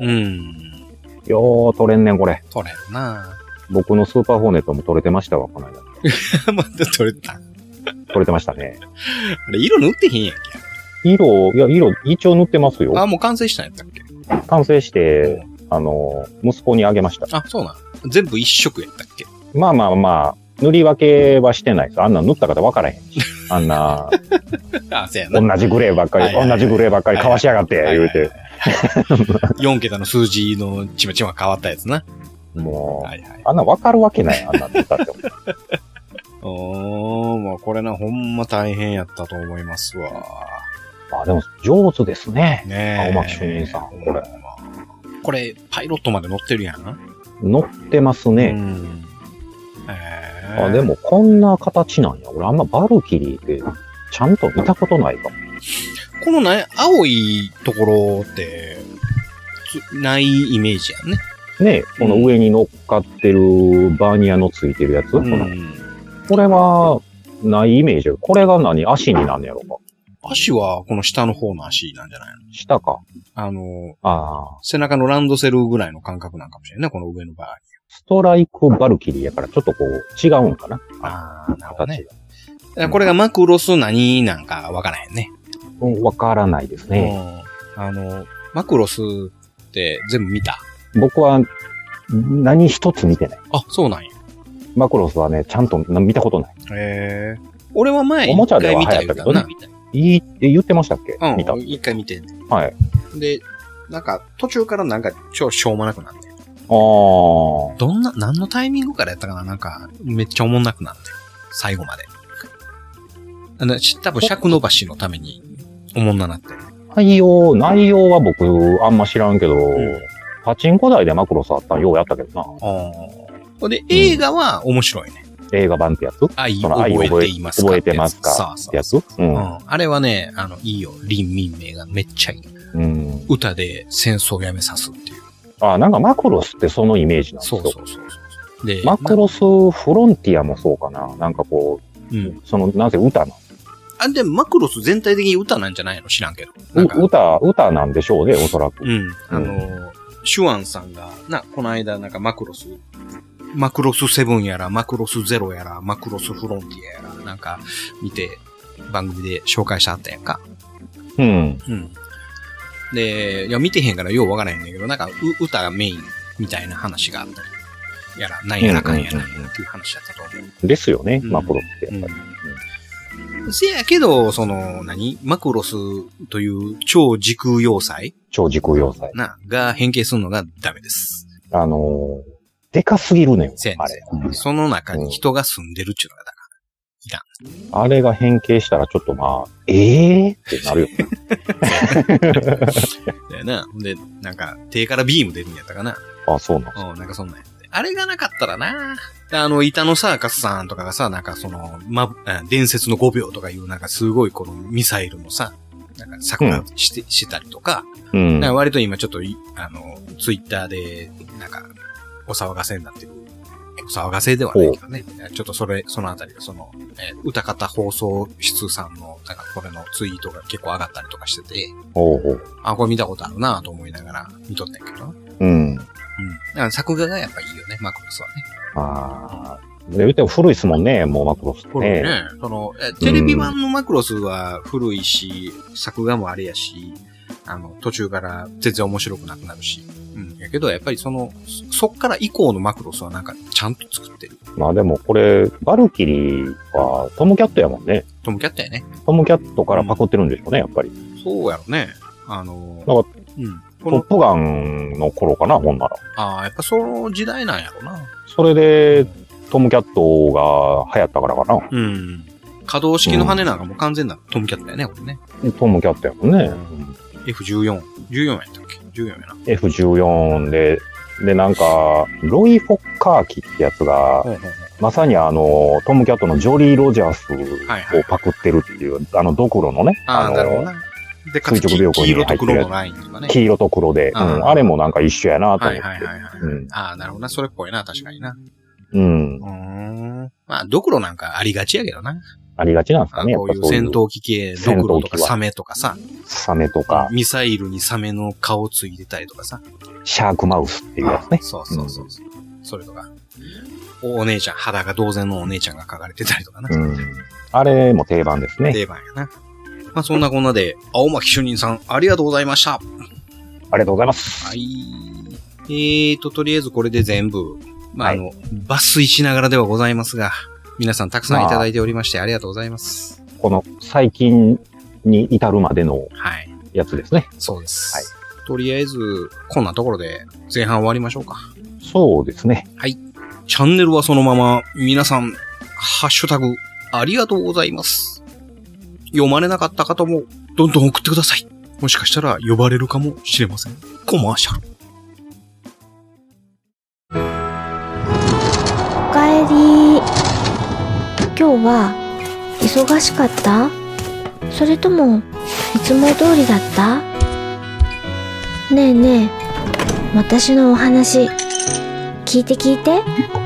よー、取れんねん、これ。 取れるな僕のスーパーホーネットも取れてましたわ、この間。 また取れた。 取れてましたね。 あれ、色塗ってへんやんけ。 色、いや、色、一応塗ってますよ。 あ、もう完成したんやったっけ？ 完成して、あの、息子にあげました。 あ、そうなん。全部一色やったっけ？ まあまあまあ、塗り分けはしてないです。あんな塗った方分からへんし。あんな、 あ、そうやな。 同じグレーばっかり、同じグレーばっかり買わしやがって、言うて。 よんけたの数字のちまちま変わったやつな。 もう、はいはい、あんな分かるわけない、あんな塗ったって。 おー、まあこれな、ほんま大変やったと思いますわ。 あ、でも上手ですね。 ねえ。 青巻主任さん、これ。 これ、パイロットまで乗ってるやん。 乗ってますね。うん、 えー、あ、でもこんな形なんや。俺あんまバルキリーってちゃんと見たことないかも。 このね、青いところって、ないイメージやんね。 ねえ、この上に乗っかってるバーニアのついてるやつ、うん、このこれは、ないイメージ。これが何？足になんねやろか。 足は、この下の方の足なんじゃないの？ 下か。 あの、 あ背中のランドセルぐらいの感覚なんかもしれないね、この上の場合。 ストライクバルキリーやから、ちょっとこう、違うんかな。 ああ、なるほどね。これがマクロス何なんかわからへんね。 うん、わからないですね。 うん。あの、マクロスって全部見た？ 僕は、何一つ見てない。 あ、そうなんや。 マクロスはね、ちゃんと見たことない。 へえ。俺は前、 おもちゃでは流行ったけどね。いいって言ってましたっけ？ うん。 見た。 一回見てんね。 はい。 で、なんか、途中からなんか、超しょうもなくなって。 ああ。 どんな、何のタイミングからやったかな？なんか、めっちゃおもんなくなって。最後まで。あの、多分尺伸ばしのために、おもんななって。 内容、内容は僕、あんま知らんけど、うん、パチンコ台でマクロスあったんようやったけどな。 ああ。で、映画は面白いね。 うん、映画版ってやつ？ 愛を覚えていますか？ 覚えてますか？ってやつ？うん。 うん。あれはね、あの、いいよ。林民名がめっちゃいい。 うん。 歌で戦争をやめさすっていう。 ああ、なんかマクロスってそのイメージなんですよ。 そうそうそうそう。で、 マクロスフロンティアもそうかな。なんかこう、うん、その、なぜ歌なの？ あ、でもマクロス全体的に歌なんじゃないの？知らんけど。 歌、歌なんでしょうね、おそらく。 うん。あの、うん、シュワンさんが、な、この間なんかマクロス、マクロスセブンやら、マクロスゼロやら、マクロスフロンティアやら、なんか見て、番組で紹介してあったやんか。 うん。 うん。 で、いや、見てへんからようわからへんねんけど、なんか、う歌がメインみたいな話があったり、やら、なんやらかんやらっていう話だったと思う。 ですよね、 うんマクロスってやっぱり。 うん、せやけど、その、何マクロスという超時空要塞超時空要塞。 な、が変形するのがダメです。 あのー、でかすぎるねん。 せやねんあれ。 その中に人が住んでるっちゅうのがだから、いらん。 あれが変形したらちょっとまあ、ええー、ってなるよ。 だよな。で、なんか、手からビーム出るんやったかな。 あ、そうなんです。 うん、なんかそんなんやって。あれがなかったらな。あの、板野サーカスさんとかがさ、なんかその、ま、伝説のごびょうとかいう、なんかすごいこのミサイルのさ、なんか作画して、うん、してたりとか、 うん。 なんか割と今ちょっと、あの、ツイッターで、なんか、お騒がせになってる。お騒がせではないけどね。ちょっとそれ、そのあたりで、その、えー、歌方放送室さんの、なんかこれのツイートが結構上がったりとかしてて、 ほうほう。 あ、これ見たことあるなぁと思いながら見とったんやけど。 うん。 うん。だから作画がやっぱいいよね、マクロスはね。 ああ。で、言うても古いっすもんね、もうマクロスってね。 古いね。その、テレビ版のマクロスは古いし、うん、作画もあれやし、あの、途中から全然面白くなくなるし。うん。やけど、やっぱりその、そっから以降のマクロスはなんかちゃんと作ってる。 まあでもこれ、バルキリーはトムキャットやもんね。 トムキャットやね。 トムキャットからパクってるんでしょうね、やっぱり。 そうやろね。あの、 なんか、 うん。 トップガンの頃かな、ほんなら。 ああ、やっぱその時代なんやろな。 それで、トムキャットが流行ったからかな。 うん。可動式の羽なんかもう完全なトムキャットだよね、これね。 トムキャットやもんね。 エフじゅうよん。じゅうよんやったっけ ?じゅうよん やな。 エフじゅうよん で、で、なんか、ロイ・フォッカー機ってやつが、 ほうほうほう、 まさにあの、トムキャットのジョリー・ロジャースをパクってるっていう、はいはい、あの、ドクロのね、 ああの、 なるほどな。で、かつ黄色と黒のラインとかね。 黄色と黒で、うん、あれもなんか一緒やなと思って。 はいはいはい、はいうん。ああ、なるほどな。それっぽいな、確かにな。 うん。 うーん。まあ、ドクロなんかありがちやけどな。 ありがちなんですかね、 こういう戦闘機系、ドクロとかサメとかさ。 サメとか。 ミサイルにサメの顔ついてたりとかさ。 シャークマウスっていうやつね。 そうそうそうそう、うん。それとか。お姉ちゃん、肌が同然のお姉ちゃんが描かれてたりとかな。 うん。あれも定番ですね。 定番やな。まあそんなこんなで、青巻主任さん、ありがとうございました。ありがとうございます。 はい。えーと、とりあえずこれで全部、まあ、はい、あの、抜粋しながらではございますが、皆さんたくさんいただいておりまして、まあ、ありがとうございます。 この最近に至るまでのやつですね。 はい、そうです。はい。とりあえず、こんなところで前半終わりましょうか。 そうですね。 はい。チャンネルはそのまま、皆さん、ハッシュタグ、ありがとうございます。読まれなかった方も、どんどん送ってください。もしかしたら呼ばれるかもしれません。コマーシャル。 おかえり。今日は忙しかった？それともいつも通りだった？ねえねえ、私のお話聞いて聞いて。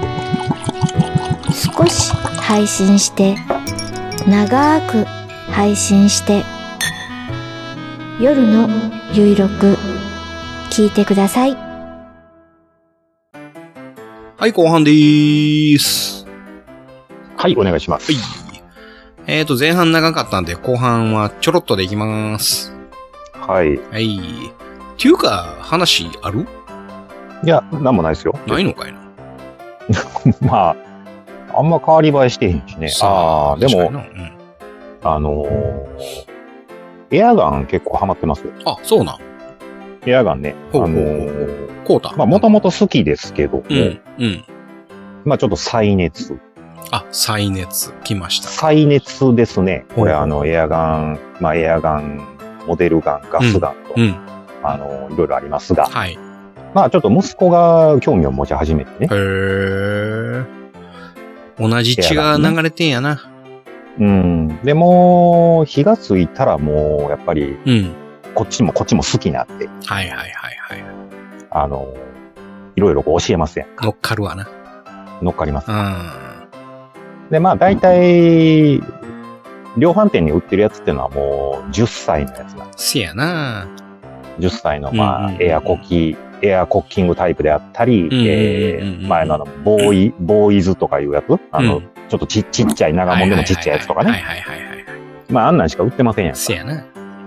少し配信して長く配信して夜のゆいろく聞いてください。 はい、後半でーす。 はい、お願いします。 はい。えーと、前半長かったんで、後半はちょろっとでいきまーす。 はい。 はい。っていうか、話ある？ いや、なんもないですよ。 ないのかいな。 まあ、あんま変わり映えしてへんしね。ああ、でも、うん、あのー、エアガン結構ハマってますよ。 あ、そうなん。 エアガンね。あのー、 こうた。 まあ、もともと好きですけども、 うん、うん。 まあ、ちょっと再熱。 あ、再熱。来ました。 再熱ですね。これ、あの、エアガン、まあ、エアガン、モデルガン、ガスガンと、うんうん、あの、いろいろありますが、 はい。 まあ、ちょっと息子が興味を持ち始めてね。 へー。同じ血が流れてんやな。 うん。でも、火がついたらもう、やっぱり、 うん。 こっちもこっちも好きになって。 はいはいはいはい。 あの、いろいろこう教えますやんか。 乗っかるわな。 乗っかります。 うん。 で、まあ大体、量販店に売ってるやつっていうのはもうじゅっさいのやつなんです。 せやな。 じゅっさいの、まあ、うんうんうん、エアコキ、エアコッキングタイプであったり、えー、前のあの、ボーイ、ボーイズとかいうやつ、あの、うん、ちょっとち、ちっちゃい長物でもちっちゃいやつとかね。 はいはいはいはい。 まあ、あんなんしか売ってませんやんか。 せやな。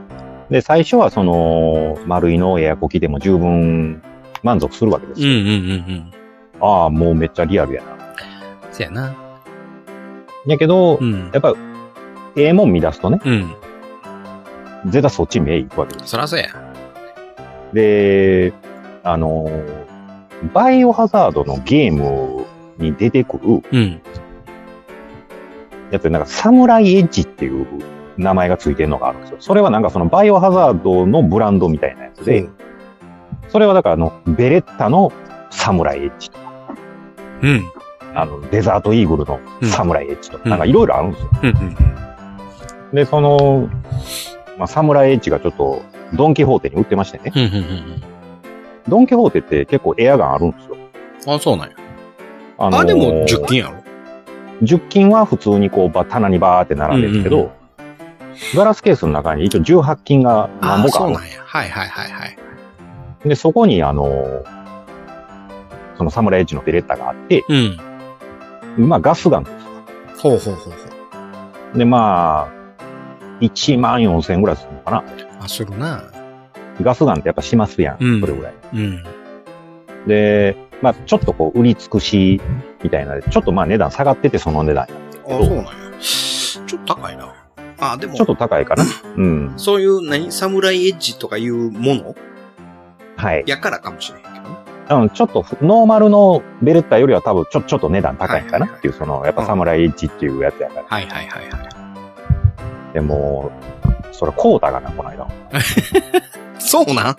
で、最初はその、丸いのエアコキでも十分満足するわけですよ。 うんうんうんうん。 ああ、もうめっちゃリアルやな。 そやな。 やけど、 うん。 やっぱ、ええもん見出すとね、 うん。 絶対そっち目いくわけです。 そらそうや。 で、あのー、バイオハザードのゲームに出てくるうん。 やつで、なんかサムライエッジっていう名前がついてるのがあるんですよ。それはなんかそのバイオハザードのブランドみたいなやつで、それはだからあの、ベレッタのサムライエッジとか、 うん。 あの、デザートイーグルのサムライエッジとか、 うんなんかいろいろあるんですよ。 うんうん。 で、その、まあ、サムライエッジがちょっと、ドンキホーテに売ってましてね。 うんうんうんドンキホーテって結構エアガンあるんですよ。 うん。あ、そうなんや。 あのーあ、でもじゅっ均やろ。 じゅっ均は普通にこう、ば棚にバーって並んでるんですけど、 うんうんガラスケースの中に一応じゅうはち均が何あ本かある。 そうなんや。はいはいはいはい。 で、そこにあのーそのサムライエッジのベレッタがあって、 うん。 まあガスガンですよ。 ほうほうほうほう。 で、まあ、いちまんよんせん円ぐらいするのかな。 あ、するな。 ガスガンってやっぱしますやん。 うんそれぐらい。 うん。 で、まあちょっとこう売り尽くしみたいなで、ちょっとまあ値段下がっててその値段やってるあ、 けど、 そうなんや。ちょっと高いな。あ、でも、 ちょっと高いかな。うん。 そういう、何サムライエッジとかいうものはい。 やからかもしれへんけどね。 うん、ちょっとノーマルのベレッタよりは多分ちょ、ちょっと値段高いかなはいはいはいっていう、その、やっぱサムライエッジっていうやつやから。 はいはいはいはい。 でも、それコータがな、この間。 そうなん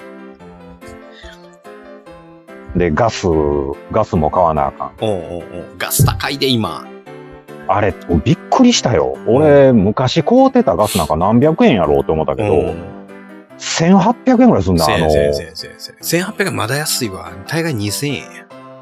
で、ガス、ガスも買わなあかん。 おうおうおうガス高いで、今。 あれ、びっくりしたよ。俺、昔買うてたガスなんか何百円やろうって思ったけど、せんはっぴゃくえんぐらいすんだ、あの、 せんせんえ、 せんせんせん。せんはっぴゃくえんまだ安いわ。大概にせんえんや。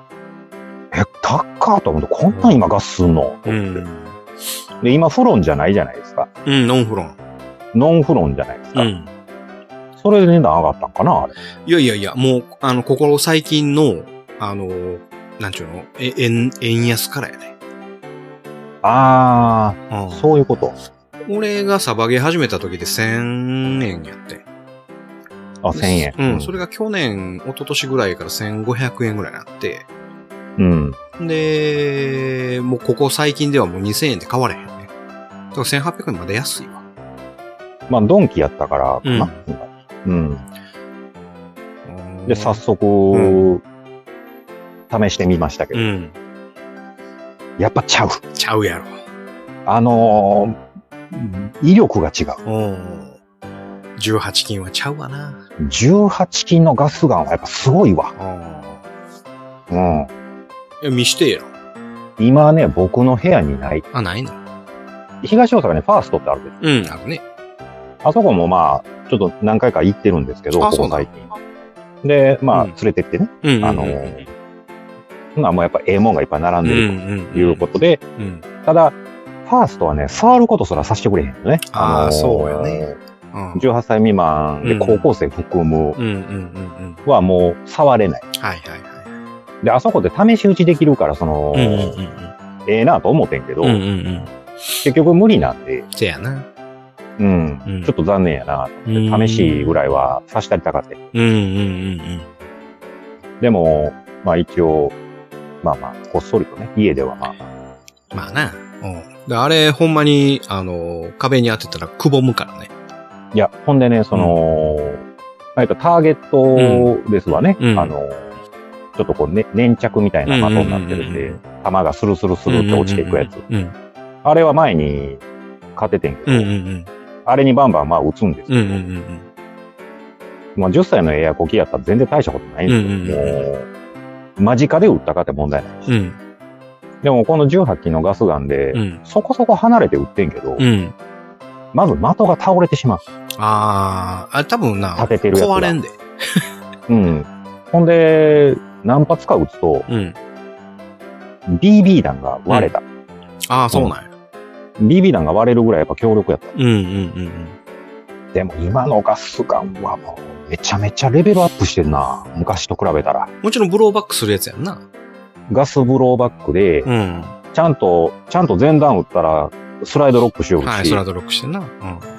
高っと思って、こんなん今ガスすんの、 うん。 で、今フロンじゃないじゃないですか。 うん、ノンフロン。 ノンフロンじゃないですか。 うん。 それで値段上がったんかな、あれ。 いやいやいや、もう、あの、ここ最近の、あの、なんちゅうの、え、円、円安からやね。 あうんー、そういうこと。 俺がサバゲー始めた時でせんえんやって。 あ、せんえん。 うん、それが去年、一昨年ぐらいからせんごひゃくえんぐらいになって、 うん。 で、もうここ最近ではもうにせんえんで買われへんね。だからせんはっぴゃくえんまだ安いわ。 まあ、ドンキやったからかな。うん。で、早速、試してみましたけど、 うん。 やっぱちゃう。 ちゃうやろ。 あのー、威力が違う。 うん。じゅうはち均はちゃうわな。 じゅうはち均のガスガンはやっぱすごいわ。 うん。 うん。 え、見してやろ。 今ね、僕の部屋にない。 あ、ないの東大阪にファーストってあるんですよ。 うん、あるね。 あそこもまあ、ちょっと何回か行ってるんですけど、 あここ最近。で、まあ、 うん連れてってね。 うんうんうん。 あのー、まあもうやっぱええもんがいっぱい並んでるんということで、 うん。 ただ、ファーストはね、触ることすらさせてくれへんよね。 あーのーそうやね。うん。 じゅうはっさい未満でうん高校生含むうんうんうんうん。 はもう触れない。 はいはいはい。 で、あそこで試し打ちできるから、その、 うんうんうんええなと思ってんけど、 うん。うんうんうん。 結局無理なんで、 せやな。 うん、 うんちょっと残念やなとうん思って、試しぐらいはさしたりたかって。 うんうんうんでも、まあ一応、まあまあ、こっそりとね、家ではまあ、 うん。まあな。うん。で、あれ、ほんまに、あの、壁に当てたらくぼむからね。 いや、ほんでね、その、えっと、ターゲットですわね。 うんあの、ちょっとこう、ね、粘着みたいな的になってるんでうんうんうん、 弾がスルスルスルって落ちていくやつ。 うん。 あれは前に買っててんけど、 うんうんうん。 あれにバンバンまあ撃つんですよ。 うんうんうんまあじゅっさいのエアコキやったら全然大したことないんですよ。 うんうんうんもう、間近で撃ったかって問題ないし。 うん。うん。 でもこのじゅうはち均のガスガンで、 うん。 そこそこ離れて撃ってんけど、 うん。 まず的が倒れてしまう。 ああ、あれ多分な、 立ててるやつが壊れんで。 うん。ほんで、何発か撃つと、 うん。 ビービー 弾が割れた。 ああ、そうなんや。 ビービー 弾が割れるぐらいやっぱ強力やった。 うんうんうんでも今のガスガンはもうめちゃめちゃレベルアップしてるな。昔と比べたら。 うん。もちろんブローバックするやつやんな。 ガスブローバックで、 うん。 ちゃんと、ちゃんと前段撃ったらスライドロックしよるし、 はい、スライドロックしてんな。うん。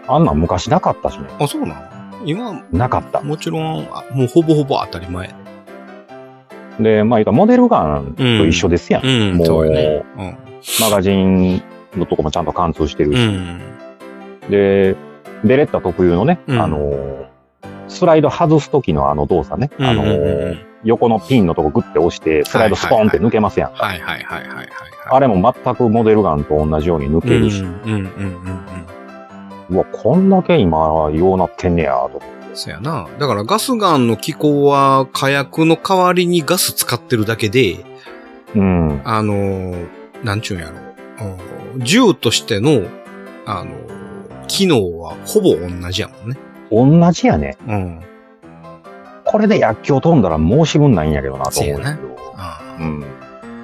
あんなん昔なかったしね。 あ、そうなの？今、 なかった。 もちろん、あもうほぼほぼ当たり前。 で、まあ言うたらモデルガンと一緒ですやん。 うん、 もう、 そうよね。うん。 マガジンのとこもちゃんと貫通してるし。 うん。 で、ベレッタ特有のね、 うんあの、スライド外す時のあの動作ね。あの、 うんうんうんうん横のピンのとこグッて押して、スライドスポーンって抜けますやん。 はいはいはいはいはいはい。 あれも全くモデルガンと同じように抜けるし。 うんうんうんうんうん。 うわ、こんだけ今、ようなってんねや、と。 そやな。だからガスガンの機構は火薬の代わりにガス使ってるだけで、 うん。 あのー、なんちゅうんやろ。うん銃としての、あのー、機能はほぼ同じやもんね。 同じやね。 うん。 これで薬莢飛んだら申し分ないんやけどな、と思うんだけど。 あうん。 だ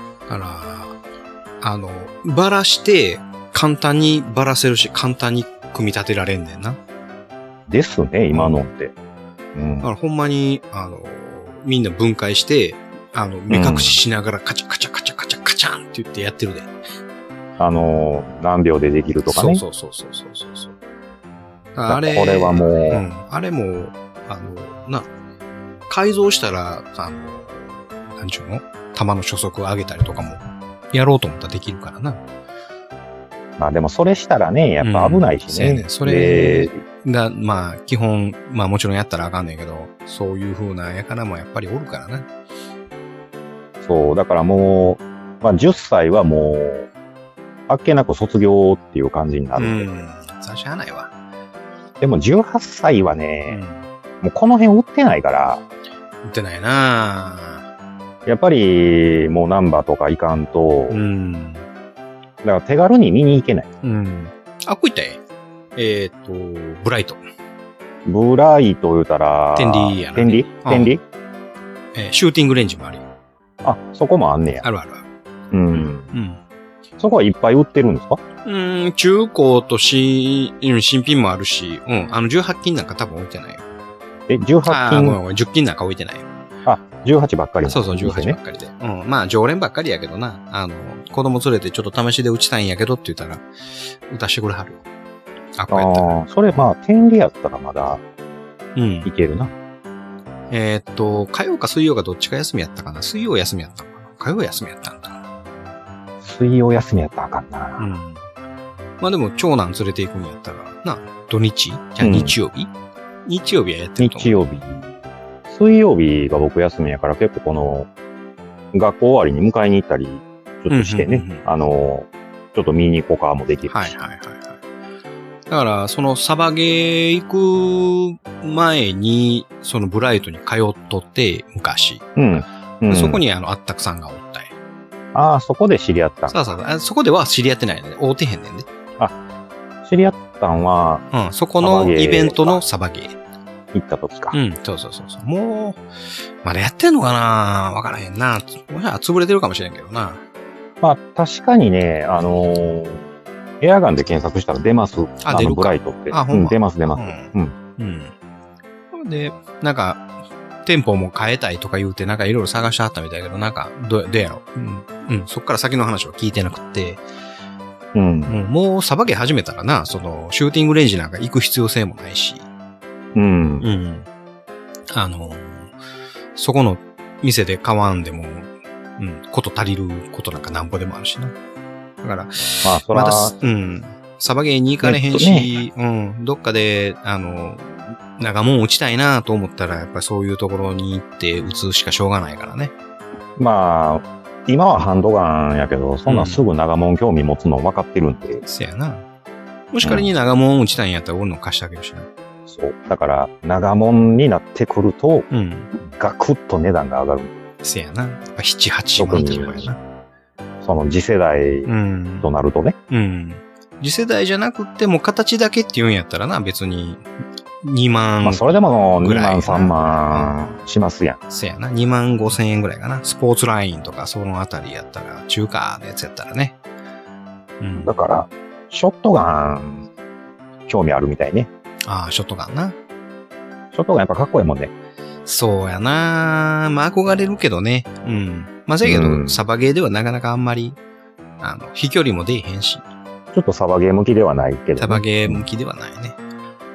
から、あの、ばらして、簡単にばらせるし、簡単に組み立てられんねんな。 ですね、今のって。うんだか。らほんまに、あの、みんな分解して、あの、目隠ししながらカチャカチャカチャカチャカチャンって言ってやってるで。 あの、何秒でできるとかね。 そうそうそうそうそうそう。あれ、 これはもううん。あれも、あの、な、改造したら、あの、なんちゅうの弾の初速を上げたりとかも、やろうと思ったらできるからな。 まあでもそれしたらね、やっぱ危ないしうんそうやね。 ねそれが、まあ、基本、まあもちろんやったらあかんねんけど、そういう風なやからもやっぱりおるからな。 そう、だからもう、まあじゅっさいはもう、あっけなく卒業っていう感じになうるんで。 ん。それしゃあないわ。 でもじゅうはっさいはうね、 ん。 もうこの辺売ってないから、 売ってないなやっぱりもうナンバーとかいかんと、 うん。 だから手軽に見に行けない。 うん。あ、こういったええーっと、ブライト。 ブライト言うたら、 天理やな天理うん天理えーシューティングレンジもあるよ。 あ、そこもあんねや。 あるあるある。 うん。 うん。 そこはいっぱい売ってるんですか？ うん、中古と新、うん新品もあるし、うん、あの、じゅうはち金なんか多分置いてないよ。 え、じゅうはちああー、ごめん金、 ごめん、じゅう金なんか置いてないよ。 あ、じゅうはちばっかり。 そうそう、じゅうはちばっかりで。うん、まあ、常連ばっかりやけどな。あの、子供連れてちょっと試しで打ちたいんやけどって言ったら、打たしてくれはるよ。あ、こうやったら。 ああ、それまあ、天理やったらまだうんい。けるな。 えーっと、火曜か水曜かどっちか休みやったかな。水曜休みやったのかな。火曜休みやったんだな。 水曜休みやったらあかんな。 うん。まあでも、長男連れて行くんやったら、な、土日じゃあうん日曜日、日曜日はやってると思う。 日曜日。水曜日が僕休みやから結構この、学校終わりに迎えに行ったり、ちょっとしてね、 うんうんうんうんあの、ちょっと見に行こうかもできるし。 はいはいはいはい。だから、そのサバゲー行く前に、そのブライトに通っとって、昔。 うん。うん、 そこにあの、あったくさんがおったんや。 ああ、そこで知り合ったん。 そうそうそうあ。そこでは知り合ってないね。会うてへんねんね。 知り合ったんは、 うん。そこのイベントのサバゲー。 行った時か。 うん。そうそうそうそう。もう、まだやってんのかなわからへんな。もしか潰れてるかもしれんけどな。 まあ、確かにね、あのーエアガンで検索したら出ます。 あ出るかのブライトって。 あほんまうん、出ます出ます。 うん。うん。で、なんか、店舗も変えたいとか言うて、なんかいろいろ探してはったみたいだけど、なんか、どう、どうやろう。うん。うん。そっから先の話は聞いてなくって、 うん。 うん、もうさばけ始めたらな、その、シューティングレンジなんか行く必要性もないし、 うん。 うん。あの、そこの店で買わんでも、うん、こと足りることなんかなんぼでもあるしな。だから、 まあ、そら、 まだ、うん、サバゲーに行かれへんし、うん、どっかで、あの、長門打ちたいなと思ったら、やっぱりそういうところに行って打つしかしょうがないからね。 まあ、今はハンドガンやけど、そんなんすぐ長門興味持つの分かってるんで、 せやな。もし仮に長門打ちたいんやったら俺の貸してあげるしな。 そう。だから、長門になってくると、 うん。 ガクッと値段が上がる。 せやな。やっぱ七八万ってとこやな。 その次世代うん。 となるとね。 うん。次世代じゃなくても形だけって言うんやったらな、別ににまん。 まあ、それでもにぐらいまんさんまんしますやん。 せやな。にまんごせん円ぐらいかな。スポーツラインとかそのあたりやったら、中華のやつやったらね。うん。 だから、ショットガン、興味あるみたいね。 ああ、ショットガンな。 ショットガンやっぱかっこいいもんね。 そうやな。まあ憧れるけどね。うん。まあせやけど、 うんサバゲーではなかなかあんまり、あの、飛距離も出えへんし、 ちょっとサバゲー向きではないけど、ね。 サバゲー向きではないね。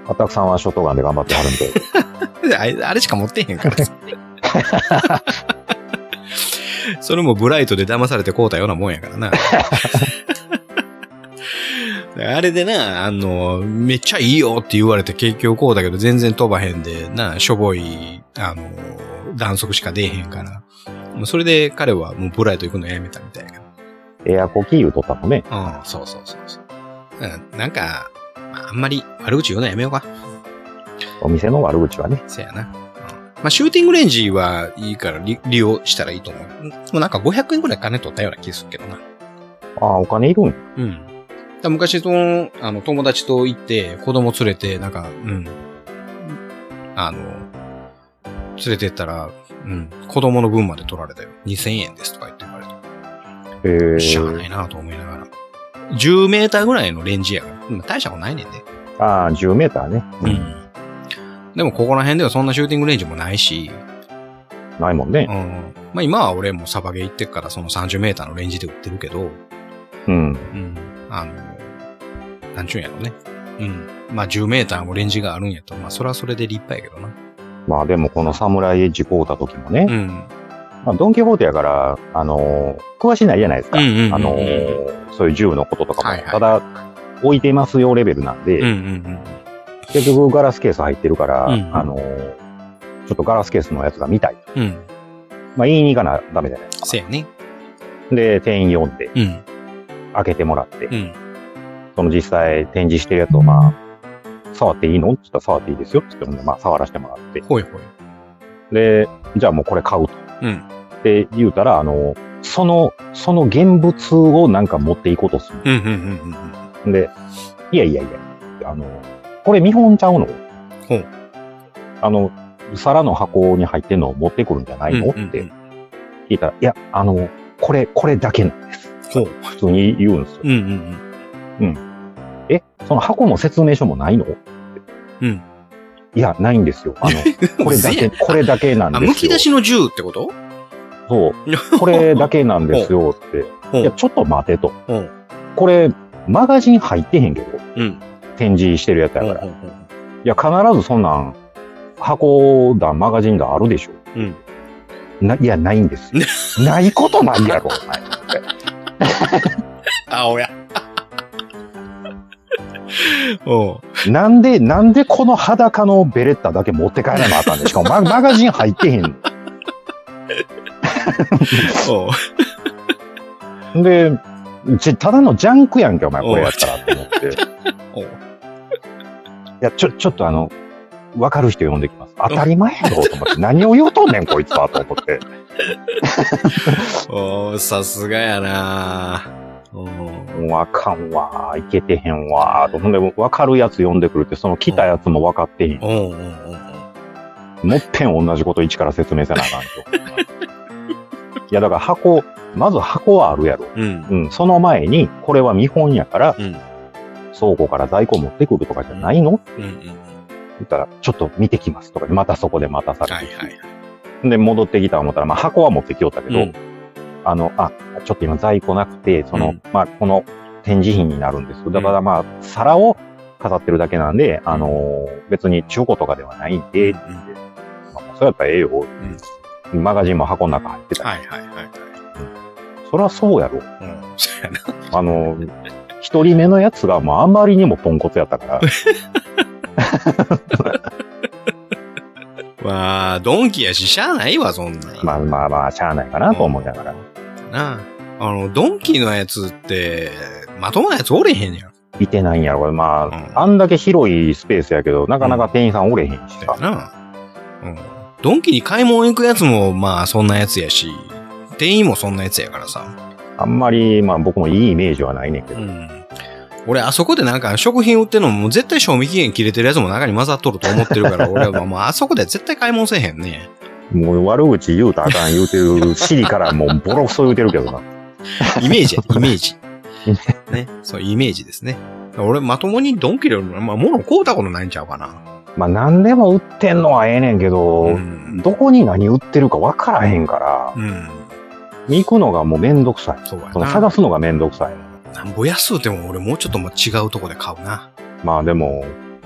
アタックさんはショットガンで頑張ってはるんで。 あれ、あれしか持ってへんからさ。それもブライトで騙されて買うたようなもんやからな。あれでな、あの、めっちゃいいよって言われて結局こうだけど全然飛ばへんで、な、しょぼい、あの、弾速しか出えへんから。もうそれで彼はもうブライト行くのやめたみたいな。 エアコキーウ取ったもんね。 うん、そうそうそうそう。うん、なんか、あんまり悪口言うのやめようか。 お店の悪口はね。 そやな。うん、まあ、シューティングレンジはいいから利利用したらいいと思う。もうなんかごひゃくえんくらい金取ったような気するけどな。 ああ、お金いるん？ うん。だ昔その、あの、友達と行って、子供連れて、なんか、うん。あの、連れてったら、うん。子供の分まで取られたよ。にせんえんですとか言って言われた。 へえ。 しゃあないなと思いながら。じゅうメーターぐらいのレンジやから。まあ、大したことないねんで。 ああ、じゅうメーターね。 うん。うん、でも、ここら辺ではそんなシューティングレンジもないし。 ないもんね。 うん。まあ、今は俺もサバゲー行ってっから、そのさんじゅうメーターのレンジで売ってるけど。 うん。 うん。あの、なんちゅうんやろね。うん。まあ、じゅうメーターもレンジがあるんやと、まあ、それはそれで立派やけどな。 まあでもこのサムライエッジ買うた時もね。 うん。 まあ、ドンキホーテやから、あのー、詳しいないじゃないですか。 うんうんうんうん、 あのー、そういう銃のこととかも。 はいはい、 ただ、置いてますよレベルなんで、 うんうんうん、 結局ガラスケース入ってるから、 うんうん、 あのー、ちょっとガラスケースのやつが見たい。 うん。 まあ言いに行かなダメじゃないですか。 そうやね。 で、店員呼んで、 うん、 開けてもらって、 うん、 その実際展示してるやつをまあ、触っていいのって言ったら触っていいですよって言って、まあ触らせてもらって。 ほいほい。 で、じゃあもうこれ買うと。 うん。 って言うたら、あの、その、その現物をなんか持っていこうとする。 うんうんうんうん。で、いやいやいや、あの、これ見本ちゃうの？ ほう。 あの、皿の箱に入ってんのを持ってくるんじゃないの、うんうんうん、って聞いたら、いや、あの、これ、これだけなんです。 ほう。 普通に言うんですよ。 うんうんうん。うん。え、その箱の説明書もないの？ うん。 いや、ないんですよ。あの、これだけ、これだけなんですよ。 あ、剥き出しの銃ってこと？ そう。これだけなんですよって。いや、ちょっと待てと。これ、マガジン入ってへんけど。うん。展示してるやつやから。いや、必ずそんなん、箱だ、マガジンだあるでしょ。うん。な、いや、ないんですよ。ないことないやろ、お前。 あ、おや。おう。 なんで、なんでこの裸のベレッタだけ持って帰らなあかんねん。しかもマ、マガジン入ってへんの。 おう。で、ち、ただのジャンクやんけ、お前、これやったらって思って。おう。いや、ちょ、ちょっとあの、わかる人呼んできます。当たり前やろ、と思って。何を言おうとんねん、こいつは、と思って。 おー、さすがやなぁ。 もうあかんわ、いけてへんわ、と。ほんで、わかるやつ呼んでくるって、その来たやつもわかってへん。 おうおうおう。 もっぺん同じこと一から説明せなあかんと。いや、だから箱、まず箱はあるやろ。うん。うん。その前に、これは見本やから、うん、倉庫から在庫持ってくるとかじゃないの？うんうん。言ったら、ちょっと見てきますとかで、またそこで待たされて。はいはいはい。で、戻ってきたと思ったら、まあ箱は持ってきよったけど、うん、あの、あ、ちょっと今在庫なくて、その、うん、まあ、この展示品になるんです。だからまあ、皿を飾ってるだけなんで、あのー、別に中古とかではないんで、って言って、まあ、そうやったらええよ。うん、マガジンも箱の中入ってた。はいはいはい、はい。うん。そりゃそうやろ。うん。そうやな。あのー、一人目のやつがもうあまりにもポンコツやったから。 まあ、ドンキやし、しゃあないわ、そんな。 まあまあまあ、しゃあないかなと思いながら。 うん、なあ。あの、ドンキのやつって、まともなやつおれへんやん。 いてないんやろ、これ。まあ、うん、あんだけ広いスペースやけど、なかなか店員さんおれへんしさ。うん、なうん。ドンキに買い物行くやつも、まあ、そんなやつやし、店員もそんなやつやからさ。 あんまり、まあ僕もいいイメージはないねんけど。うん。 俺、あそこでなんか食品売ってるのも絶対賞味期限切れてるやつも中に混ざっとると思ってるから、俺はもうあそこで絶対買い物せえへんね。 もう悪口言うたらあかん言うてる、シリからもうボロクソ言うてるけどな。 イメージや、イメージ。ね。そう、イメージですね。俺、まともにドンキで、まあ、物買うたことないんちゃうかな。 まあ、何でも売ってんのはええねんけど、うん、どこに何売ってるか分からへんから、うん、行くのがもうめんどくさい。そうやな。その探すのがめんどくさい。 なんぼ安うても俺もうちょっとも違うとこで買うな。 まあでも、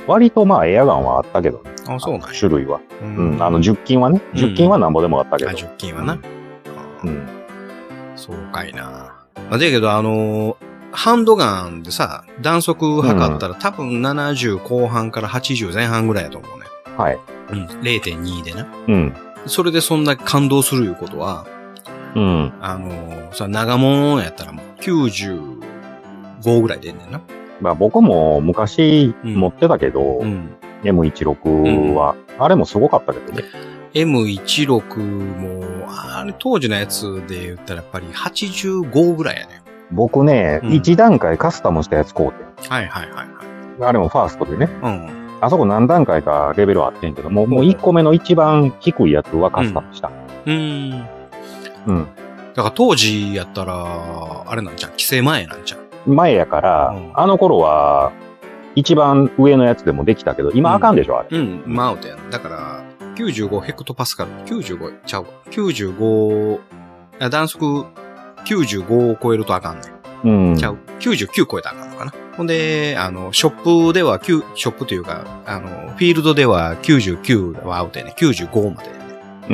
割とまあエアガンはあったけどね。 あ、そうなんや。 種類は。 ううん。あの、十金はね。十金はなんぼでもあったけど。 あ、十金はな。 うん。 そうかいな。まあ、だけど、あのー、ハンドガンでさ、弾速測ったら、うん、多分ななじゅう後半からはちじゅう前半ぐらいやと思うね。 はい。 うん。れいてんに でな。 うん。 それでそんな感動するいうことは、 うん。 あのー、さ、長物やったらもうきゅうじゅうごぐらい出んねんな。 まあ僕も昔持ってたけど、うん、エムじゅうろく は、うん、あれもすごかったけどね。 エムじゅうろく も、あれ当時のやつで言ったらやっぱりはちじゅうごぐらいやね。 僕ね、うん、いち段階カスタムしたやつ買うて。 はいはいはいはい。 あれもファーストでね。 うん。 あそこ何段階かレベルあってんけど、もう、もういっこめの一番低いやつはカスタムした。 うん。うんうん。 だから当時やったら、あれなんちゃう規制前なんちゃう前やから、うん、あの頃は、一番上のやつでもできたけど、今あかんでしょ、うん、あれ。 うん、まあアウトやん。だから、きゅうじゅうごヘクトパスカル。きゅうじゅうごちゃうわ。きゅうじゅうご、弾速きゅうじゅうごを超えるとあかんねん。 うん。 ちゃう。きゅうじゅうきゅう超えたらあかんのかな。ほんで、あの、ショップでは、ショップというか、あの、フィールドではきゅうじゅうきゅうはアウトやね。きゅうじゅうごまでやね。 うん。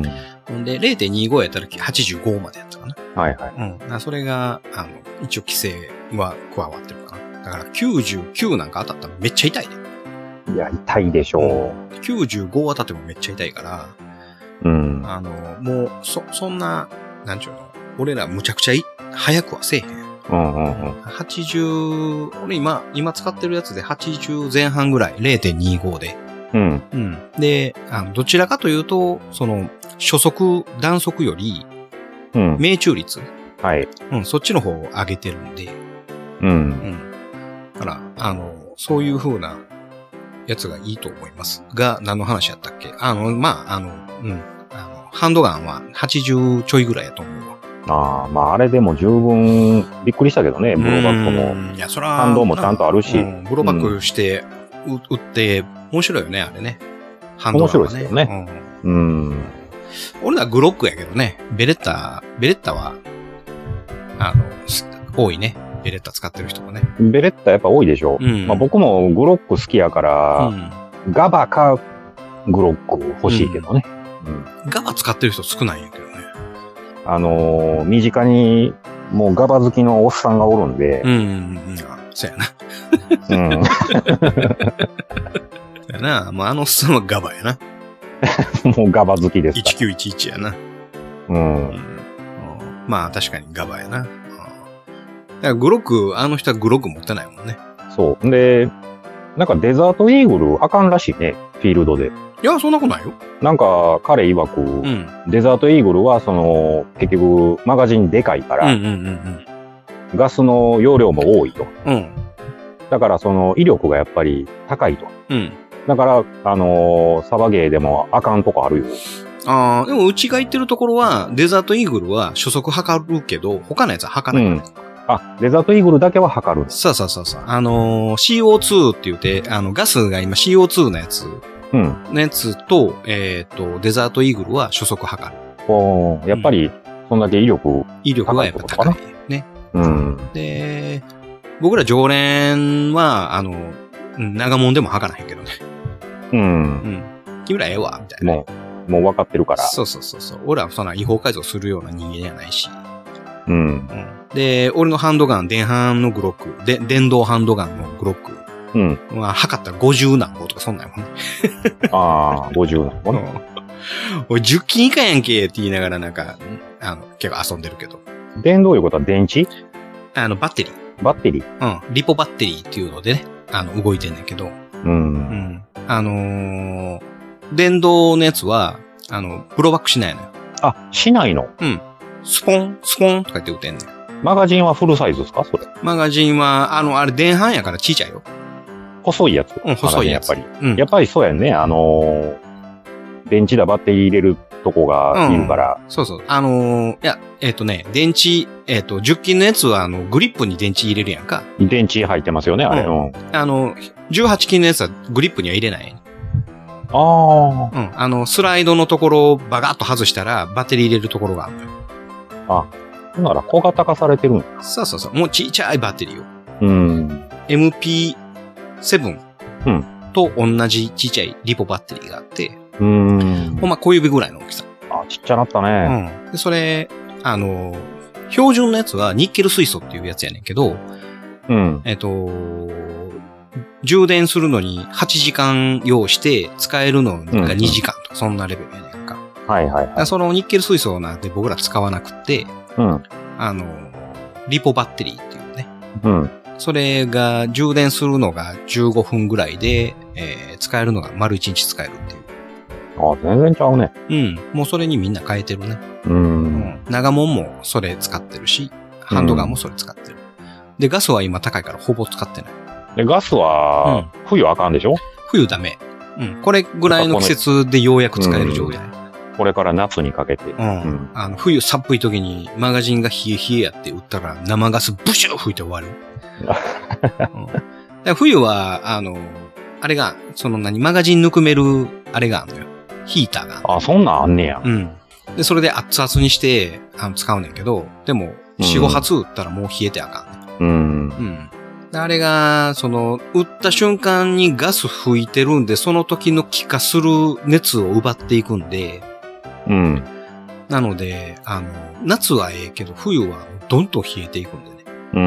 ほんで、れいてんにご やったらはちじゅうごまでやったかな。 はいはい。 うん。それが、あの、一応規制は加わってるかな。だからきゅうじゅうきゅうなんか当たったらめっちゃ痛いね。 いや、痛いでしょう。 うん、きゅうじゅうご当たってもめっちゃ痛いから、 うん。 あの、もう、そ、そんな、なんちゅうの、俺らむちゃくちゃい、早くはせえへん。 うんうんうん。 はちじゅう、俺今、今使ってるやつではちじゅう前半ぐらい、れいてんにご で。 うん。 うん。で、あの、どちらかというと、その、初速、弾速より、 うん。 命中率。 はい。 うん、そっちの方を上げてるんで。 うん。うん。 だから、あの、そういう風なやつがいいと思います。が、何の話やったっけ？あの、まあ、あの、うん。あの、ハンドガンははちじゅうちょいぐらいやと思うわ。 ああ、まあ、あれでも十分びっくりしたけどね、ブローバックも。 いや、そら、 反動もちゃんとあるし。 うん、ブローバックして、うん、撃って、面白いよね、あれね。ハンドガンはね。 面白いですよね。うん。うん、 俺らグロックやけどね、ベレッタ、ベレッタは、あの、多いね。ベレッタ使ってる人もね。 ベレッタやっぱ多いでしょ。うん、まあ、僕もグロック好きやから、うん、ガバかグロック欲しいけどね。 うんうん、ガバ使ってる人少ないんやけどね。 あのー、身近にもうガバ好きのおっさんがおるんで。 うん、うん、うん。そうやな。うん。そうやな。もうあのおっさんはガバやな。 もうガバ好きですか。 いちきゅういちいちやな。 うん。うん、 まあ確かにガバやな。だからグロック、あの人はグロック持ってないもんね。 そう。で、なんかデザートイーグルあかんらしいね、フィールドで。 いや、そんなことないよ。 なんか、彼曰く、うん、デザートイーグルは、その、結局、マガジンでかいから、うんうんうんうん、ガスの容量も多いと。 うん、 だから、その、威力がやっぱり高いと。 うん、 だから、あのー、サバゲーでもあかんとこあるよ。 ああ、でもうちが言ってるところは、デザートイーグルは初速測るけど、他のやつは測らない、ね。うんあ、デザートイーグルだけは測る。 そうそうそうそう。あのー、シーオーツー って言って、あの、ガスが今 シーオーツー のやつ。 うん。 のやつと、えっ、ー、と、デザートイーグルは初速測る。 おー、やっぱり、そんだけ威力、うん、 威力はやっぱ高い。ね。 うん。 で、僕ら常連は、あの、長物でも測らへんけどね。 うん。うん。 君らええわ、みたいな。 もう、もう分かってるから。 そうそうそうそう。俺はそんな違法改造するような人間じゃないし。 うん。うんで、俺のハンドガン、電半のグロック、で、電動ハンドガンのグロック。 うん。 まあ、測ったらごじゅう何個とかそんなんやもんね。 ああ、ごじゅう何個ね。 俺じゅっきん以下やんけって言いながらなんか、あの、結構遊んでるけど。 電動いうことは電池？ あの、バッテリー。 バッテリー？ うん。リポバッテリーっていうのでね、あの、動いてんねんけど。 うん。うん。あのー、電動のやつは、あの、プロバックしないのよ。 あ、しないの？ うん。スポン、スポンとか言って打てんねん。 マガジンはフルサイズですかそれ？ マガジンは、あの、あれ、電半やからちいちゃいよ。 細いやつ？ うん、細いやつ。 やっぱり。うん。やっぱりそうやんね。あのー、電池だバッテリー入れるとこがいるから。 うん、そうそう。あのー、いや、えっ、ー、とね、電池、えっ、ー、と、じゅっきんのやつは、あの、グリップに電池入れるやんか。 電池入ってますよね、あれ。うん。 あの、じゅうはちきんのやつはグリップには入れない。 ああ。 うん。あの、スライドのところをバガッと外したら、バッテリー入れるところがあるのよ。 あ。なら小型化されてるんだ。そうそうそう。もうちっちゃいバッテリーを。 うん。 エムピーセブン。 うん。 と同じちっちゃいリポバッテリーがあって、 うーん。 ほんま小指ぐらいの大きさ。 あ、ちっちゃなったね。 うん。で、それ、あの、標準のやつはニッケル水素っていうやつやねんけど、 うん。 えっと、充電するのにはちじかん要して使えるのがにじかんとか、そんなレベルやねんか。 はいはいはい。 そのニッケル水素なんて僕ら使わなくて、 うん。 あの、リポバッテリーっていうね。 うん。 それが充電するのがじゅうごふんぐらいで、えー、使えるのが丸いちにち使えるっていう。 あ、全然ちゃうね。 うん。もうそれにみんな変えてるね。 うーん。 長門もそれ使ってるし、ハンドガンもそれ使ってる。で、ガスは今高いからほぼ使ってない。 で、ガスは、冬あかんでしょ？ 冬ダメ。うん。これぐらいの季節でようやく使える状態。 これから夏にかけて。 うん。あの、冬寒い時にマガジンが冷え冷えやって撃ったら生ガスブシュー吹いて終わる。うん、で冬は、あの、あれが、その何、マガジンぬくめる、あれがあるのよ。ヒーターが。 あ、そんなんあんねや。 うん。で、それで熱々にして、あの、使うねんけど、でも、よん、ご発撃ったらもう冷えてあかんねん。 うん。 うん。あれが、その、撃った瞬間にガス吹いてるんで、その時の気化する熱を奪っていくんで、 うん。 なので、あの、夏はええけど、冬はどんどん冷えていくんでね。 うん。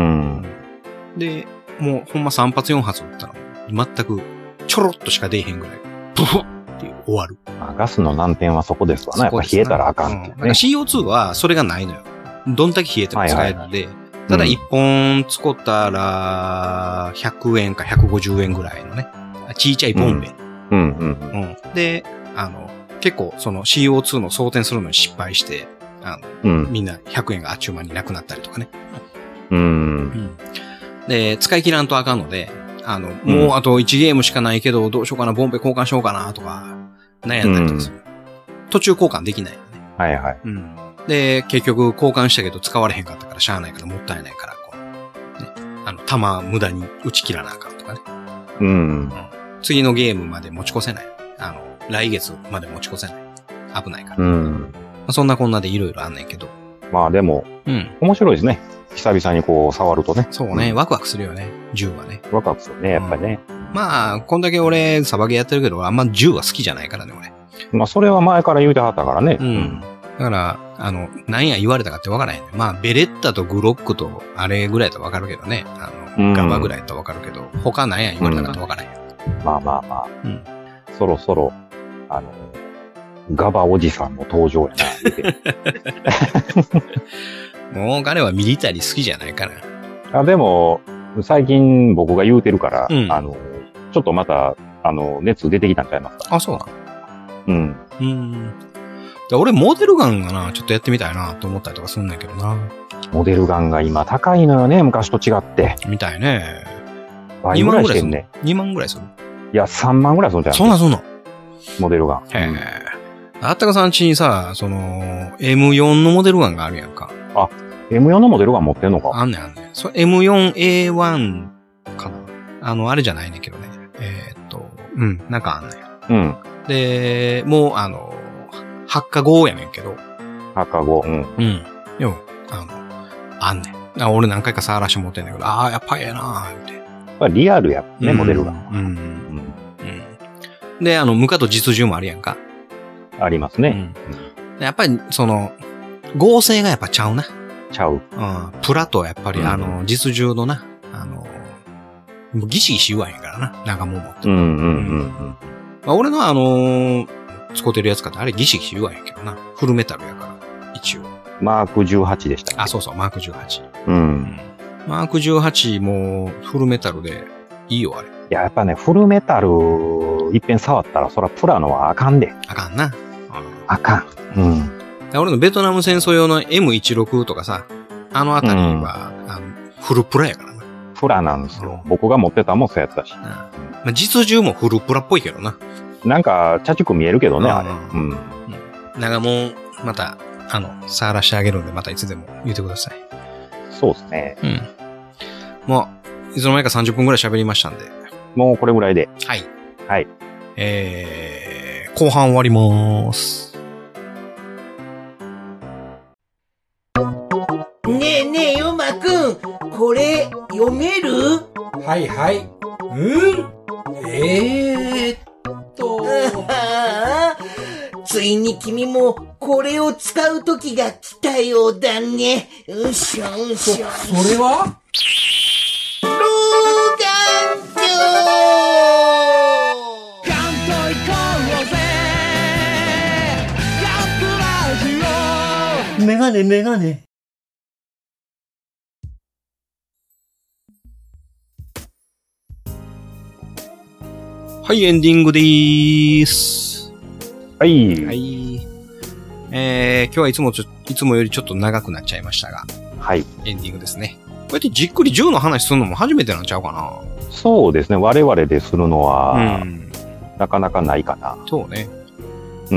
で、もうほんまさん発よん発撃ったら、全くちょろっとしか出えへんぐらい、ブフッっていう終わる。 まあ、ガスの難点はそこですわね。やっぱ冷えたらあかんっていうね。 うん、シーオーツー はそれがないのよ。どんだけ冷えても使えるんで、はいはい、ただいっぽん使ったら、ひゃくえんかひゃくごじゅうえんぐらいのね、ちいちゃいボンベ。 うん、うん、うん。 うん。で、あの、結構その シーオーツー の装填するのに失敗して、あの、うん、みんなひゃくえんがあっちゅう間になくなったりとかね。 うん。うんうんで、使い切らんとあかんので、あの、もうあといちゲームしかないけど、どうしようかな、ボンベ交換しようかな、とか、悩んだりとかする、うん。途中交換できないよね。 はいはい。 うん。で、結局交換したけど使われへんかったからしゃあないからもったいないから、こう、ね、あの、弾無駄に打ち切らなあかんとかね。 うん。うん、 次のゲームまで持ち越せない。あの、来月まで持ち越せない。危ないから。 うん。 まあ、そんなこんなでいろいろあんねんけど。 まあでも、うん。面白いですね。久々にこう触るとね。 そうね、うん、ワクワクするよね、銃はね。 ワクワクするね、やっぱりね。 うん、まあ、こんだけ俺、サバゲーやってるけど、あんま銃は好きじゃないからね、俺。 まあ、それは前から言うてはったからね。 うん。だから、あの、何や言われたかってわからへんね。まあ、ベレッタとグロックと、あれぐらいだとわかるけどね。あの、うん、ガバぐらいだとわかるけど、他何や言われたかってわからへん。 うん、まあまあまあ。 うん。 そろそろ、あの、ガバおじさんの登場やな。 もう彼はミリタリー好きじゃないから。 あでも、最近僕が言うてるから、 うん、 あの、ちょっとまた、あの、熱出てきたんちゃいますか？ あ、そうなの？ うん。 うん。で俺、モデルガンがな、ちょっとやってみたいなと思ったりとかするんだけどな。 モデルガンが今高いのよね、昔と違って。 みたいね。 倍ぐらいしてんね。 にまんぐらいする？ いや、さんまんぐらいするんじゃない？ そんなそんな。 モデルガン。 へぇー。あったかさんちにさ、その、エムフォー のモデルガンがあるやんか。 あ、エムフォー のモデルガン持ってんのか？ あんねんあんねん。そ エムフォーエーワン かな。あの、あれじゃないねんけどね。えー、っと、うん、なんかあんねん。 うん。 で、もう、あの、発火後やねんけど。 発火後、うん。 うん。でも、あの、あんねん。俺何回か触らして持ってんだけど、ああ、やっぱええなぁ、みたいな。 まあ、リアルやね、うん、モデルガン。 うん。うん。うん。で、あの、無化と実銃もあるやんか。 ありますね。 うん、やっぱり、その、合成がやっぱちゃうな。 ちゃう。 うん。プラとやっぱり、うん、あの、実銃のな、あの、ギシギシ言わへんからな。長ももって。 うんうんうんうん。 まあ、俺のあのー、使ってるやつかって、あれギシギシ言わへんけどな。フルメタルやから、一応。 マークじゅうはちでしたっけ？ あ、そうそう、マークじゅうはち。 うん。うん、 マークじゅうはちもフルメタルでいいよ、あれ。いや、やっぱね、フルメタル一遍触ったら、そらプラのはあかんで。 あかんな。 あかん。うん。 俺のベトナム戦争用の エムじゅうろく とかさ、あのあたりは、うん、あのフルプラやからな。 プラなんですよ。僕が持ってたもんそうやったし。うん、 まあ、実銃もフルプラっぽいけどな。 なんか、チャチく見えるけどね、あれ。 うん。長もん、また、あの、触らしてあげるんで、またいつでも言ってください。 そうですね。 うん。もう、いつの間にかさんじゅっぷんくらい喋りましたんで。 もうこれぐらいで。 はい。 はい。 えー、後半終わりまーす。 ねえねえ、ヨマくん、これ、読める？ はいはい。うんえーっと。 ついに君もこれを使う時が来たようだね。うしょうしょ。 そ、それは老眼鏡。 ガンと行こうぜ。ガンプラジオ。 メガネメガネ。 はい、エンディングでーす。 はい。 はい。えー、今日はいつもちょ、いつもよりちょっと長くなっちゃいましたが。 はい。 エンディングですね。こうやってじっくり銃の話するのも初めてなんちゃうかな。 そうですね。我々でするのは、 うん、 なかなかないかな。 そうね。 うん。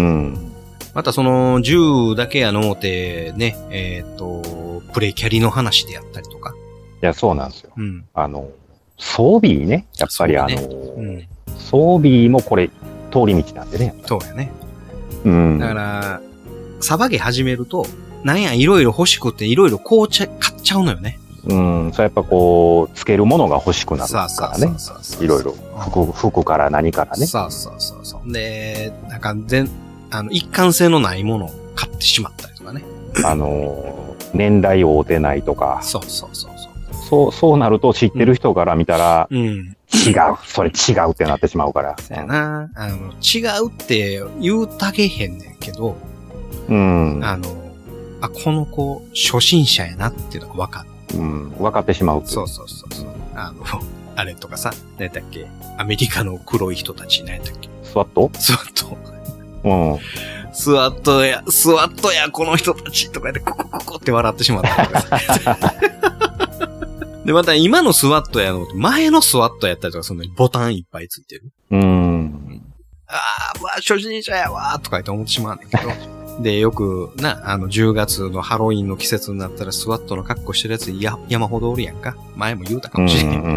またその、銃だけやのうて、ね、えっと、プレイキャリの話でやったりとか。 いや、そうなんですよ。 うん。 あの、装備ね。やっぱりあの、 ね、うん、 装備もこれ、通り道なんでね。 そうやね。 うん。 だから、サバゲ始めると、なんや、いろいろ欲しくて、いろいろこうちゃ、買っちゃうのよね。 うん。それやっぱこう、つけるものが欲しくなるからね。いろいろ。服、服から何からね。 そうそうそうそう。で、なんか全、あの、一貫性のないものを買ってしまったりとかね。 あの、年代を追うてないとか。 そうそうそうそう。 そう、そうなると知ってる人から見たら、 うん。 違う。それ違うってなってしまうから。 そうやな。あの、違うって言うたげへんねんけど、 うん。 あの、あ、この子、初心者やなっていうのが分かる。 うん。分かってしまう。 そうそうそうそう。あの、あれとかさ、何だっけ、アメリカの黒い人たち、何だっけ。 スワットスワット。 うん。 スワットや、スワットや、この人たちとかで、ココココって笑ってしまったとかさ。で、また今のスワットやの、前のスワットやったりとか、そのボタンいっぱいついてる。 うーん。 ああ、わあ、初心者やわーとか言って思ってしまうんだけど。で、よく、な、あの、じゅうがつのハロウィンの季節になったら、スワットの格好してるやつや、山ほどおるやんか。前も言うたかもしれん。 うん、うん、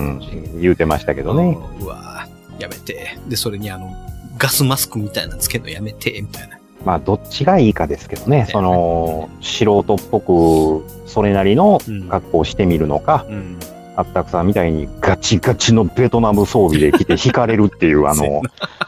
言うてましたけどね。 うわーやめて。で、それにあの、ガスマスクみたいなのつけるのやめて、みたいな。 まあ、どっちがいいかですけどね。その、素人っぽく、それなりの格好をしてみるのか、うんうんあったくさんみたいにガチガチのベトナム装備で来て惹かれるっていうあの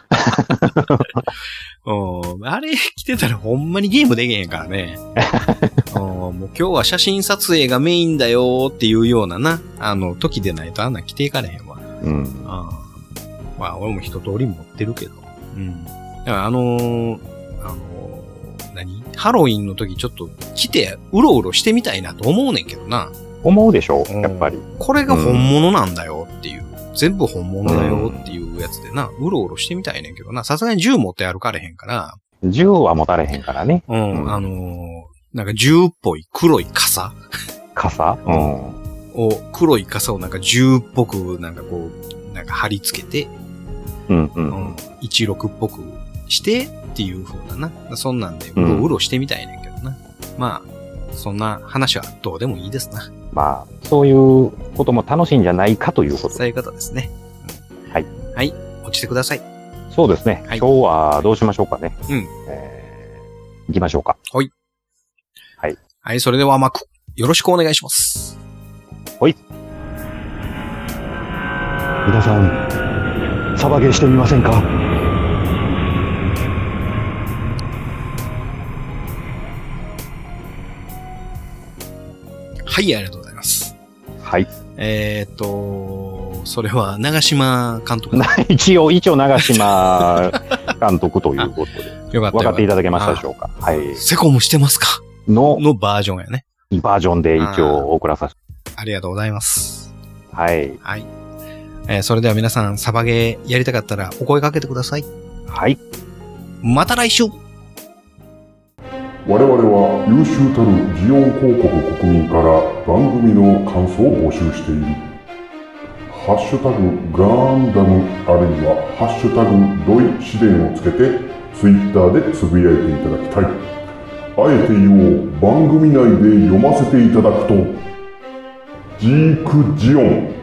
あれ着てたらほんまにゲームできへんからね。もう今日は写真撮影がメインだよっていうようなな、あの時でないとあんな着ていかれへんわ。うん。あまあ俺も一通り持ってるけど。うん。だからあのー、あのー、何？ハロウィンの時ちょっと来てうろうろしてみたいなと思うねんけどな。 思うでしょやっぱり。 これが本物なんだよっていう。うん、全部本物だよっていうやつでな、ううろうろしてみたいねんけどな。さすがに銃持って歩かれへんから。 銃は持たれへんからね。 うん。うん、あのー、なんか銃っぽい黒い傘傘うん。 を、黒い傘をなんか銃っぽくなんかこう、なんか貼り付けて、 うんうん。うん、 いちろくっぽくしてっていう風なな。そんなんでうろうろしてみたいねんけどな。うん、まあ、そんな話はどうでもいいですな。 まあ、そういうことも楽しいんじゃないかということ。 そういうことですね。 うん、はい。 はい。落ちてください。 そうですね。はい、今日はどうしましょうかね。 うん。 えー、行きましょうか。 はい。 はい。 はい、それではマク、よろしくお願いします。 はい。皆さん、サバゲーしてみませんか？ はい、ありがとうございます。 はい。 えーっと、それは長島監督一応、一応長島監督ということで。 よかった。 分かっていただけましたでしょうか？はい。 セコムしてますか？の、のバージョンやね。 バージョンで一応送らさせて。 ありがとうございます。 はい。 はい。えー、それでは皆さん、サバゲーやりたかったらお声かけてください。 はい。 また来週。 我々は優秀たるジオン広告国民から番組の感想を募集している。ハッシュタグガンダムあるいはハッシュタグドイ試練をつけてツイッターでつぶやいていただきたい。あえて言おう、番組内で読ませていただくとジークジオン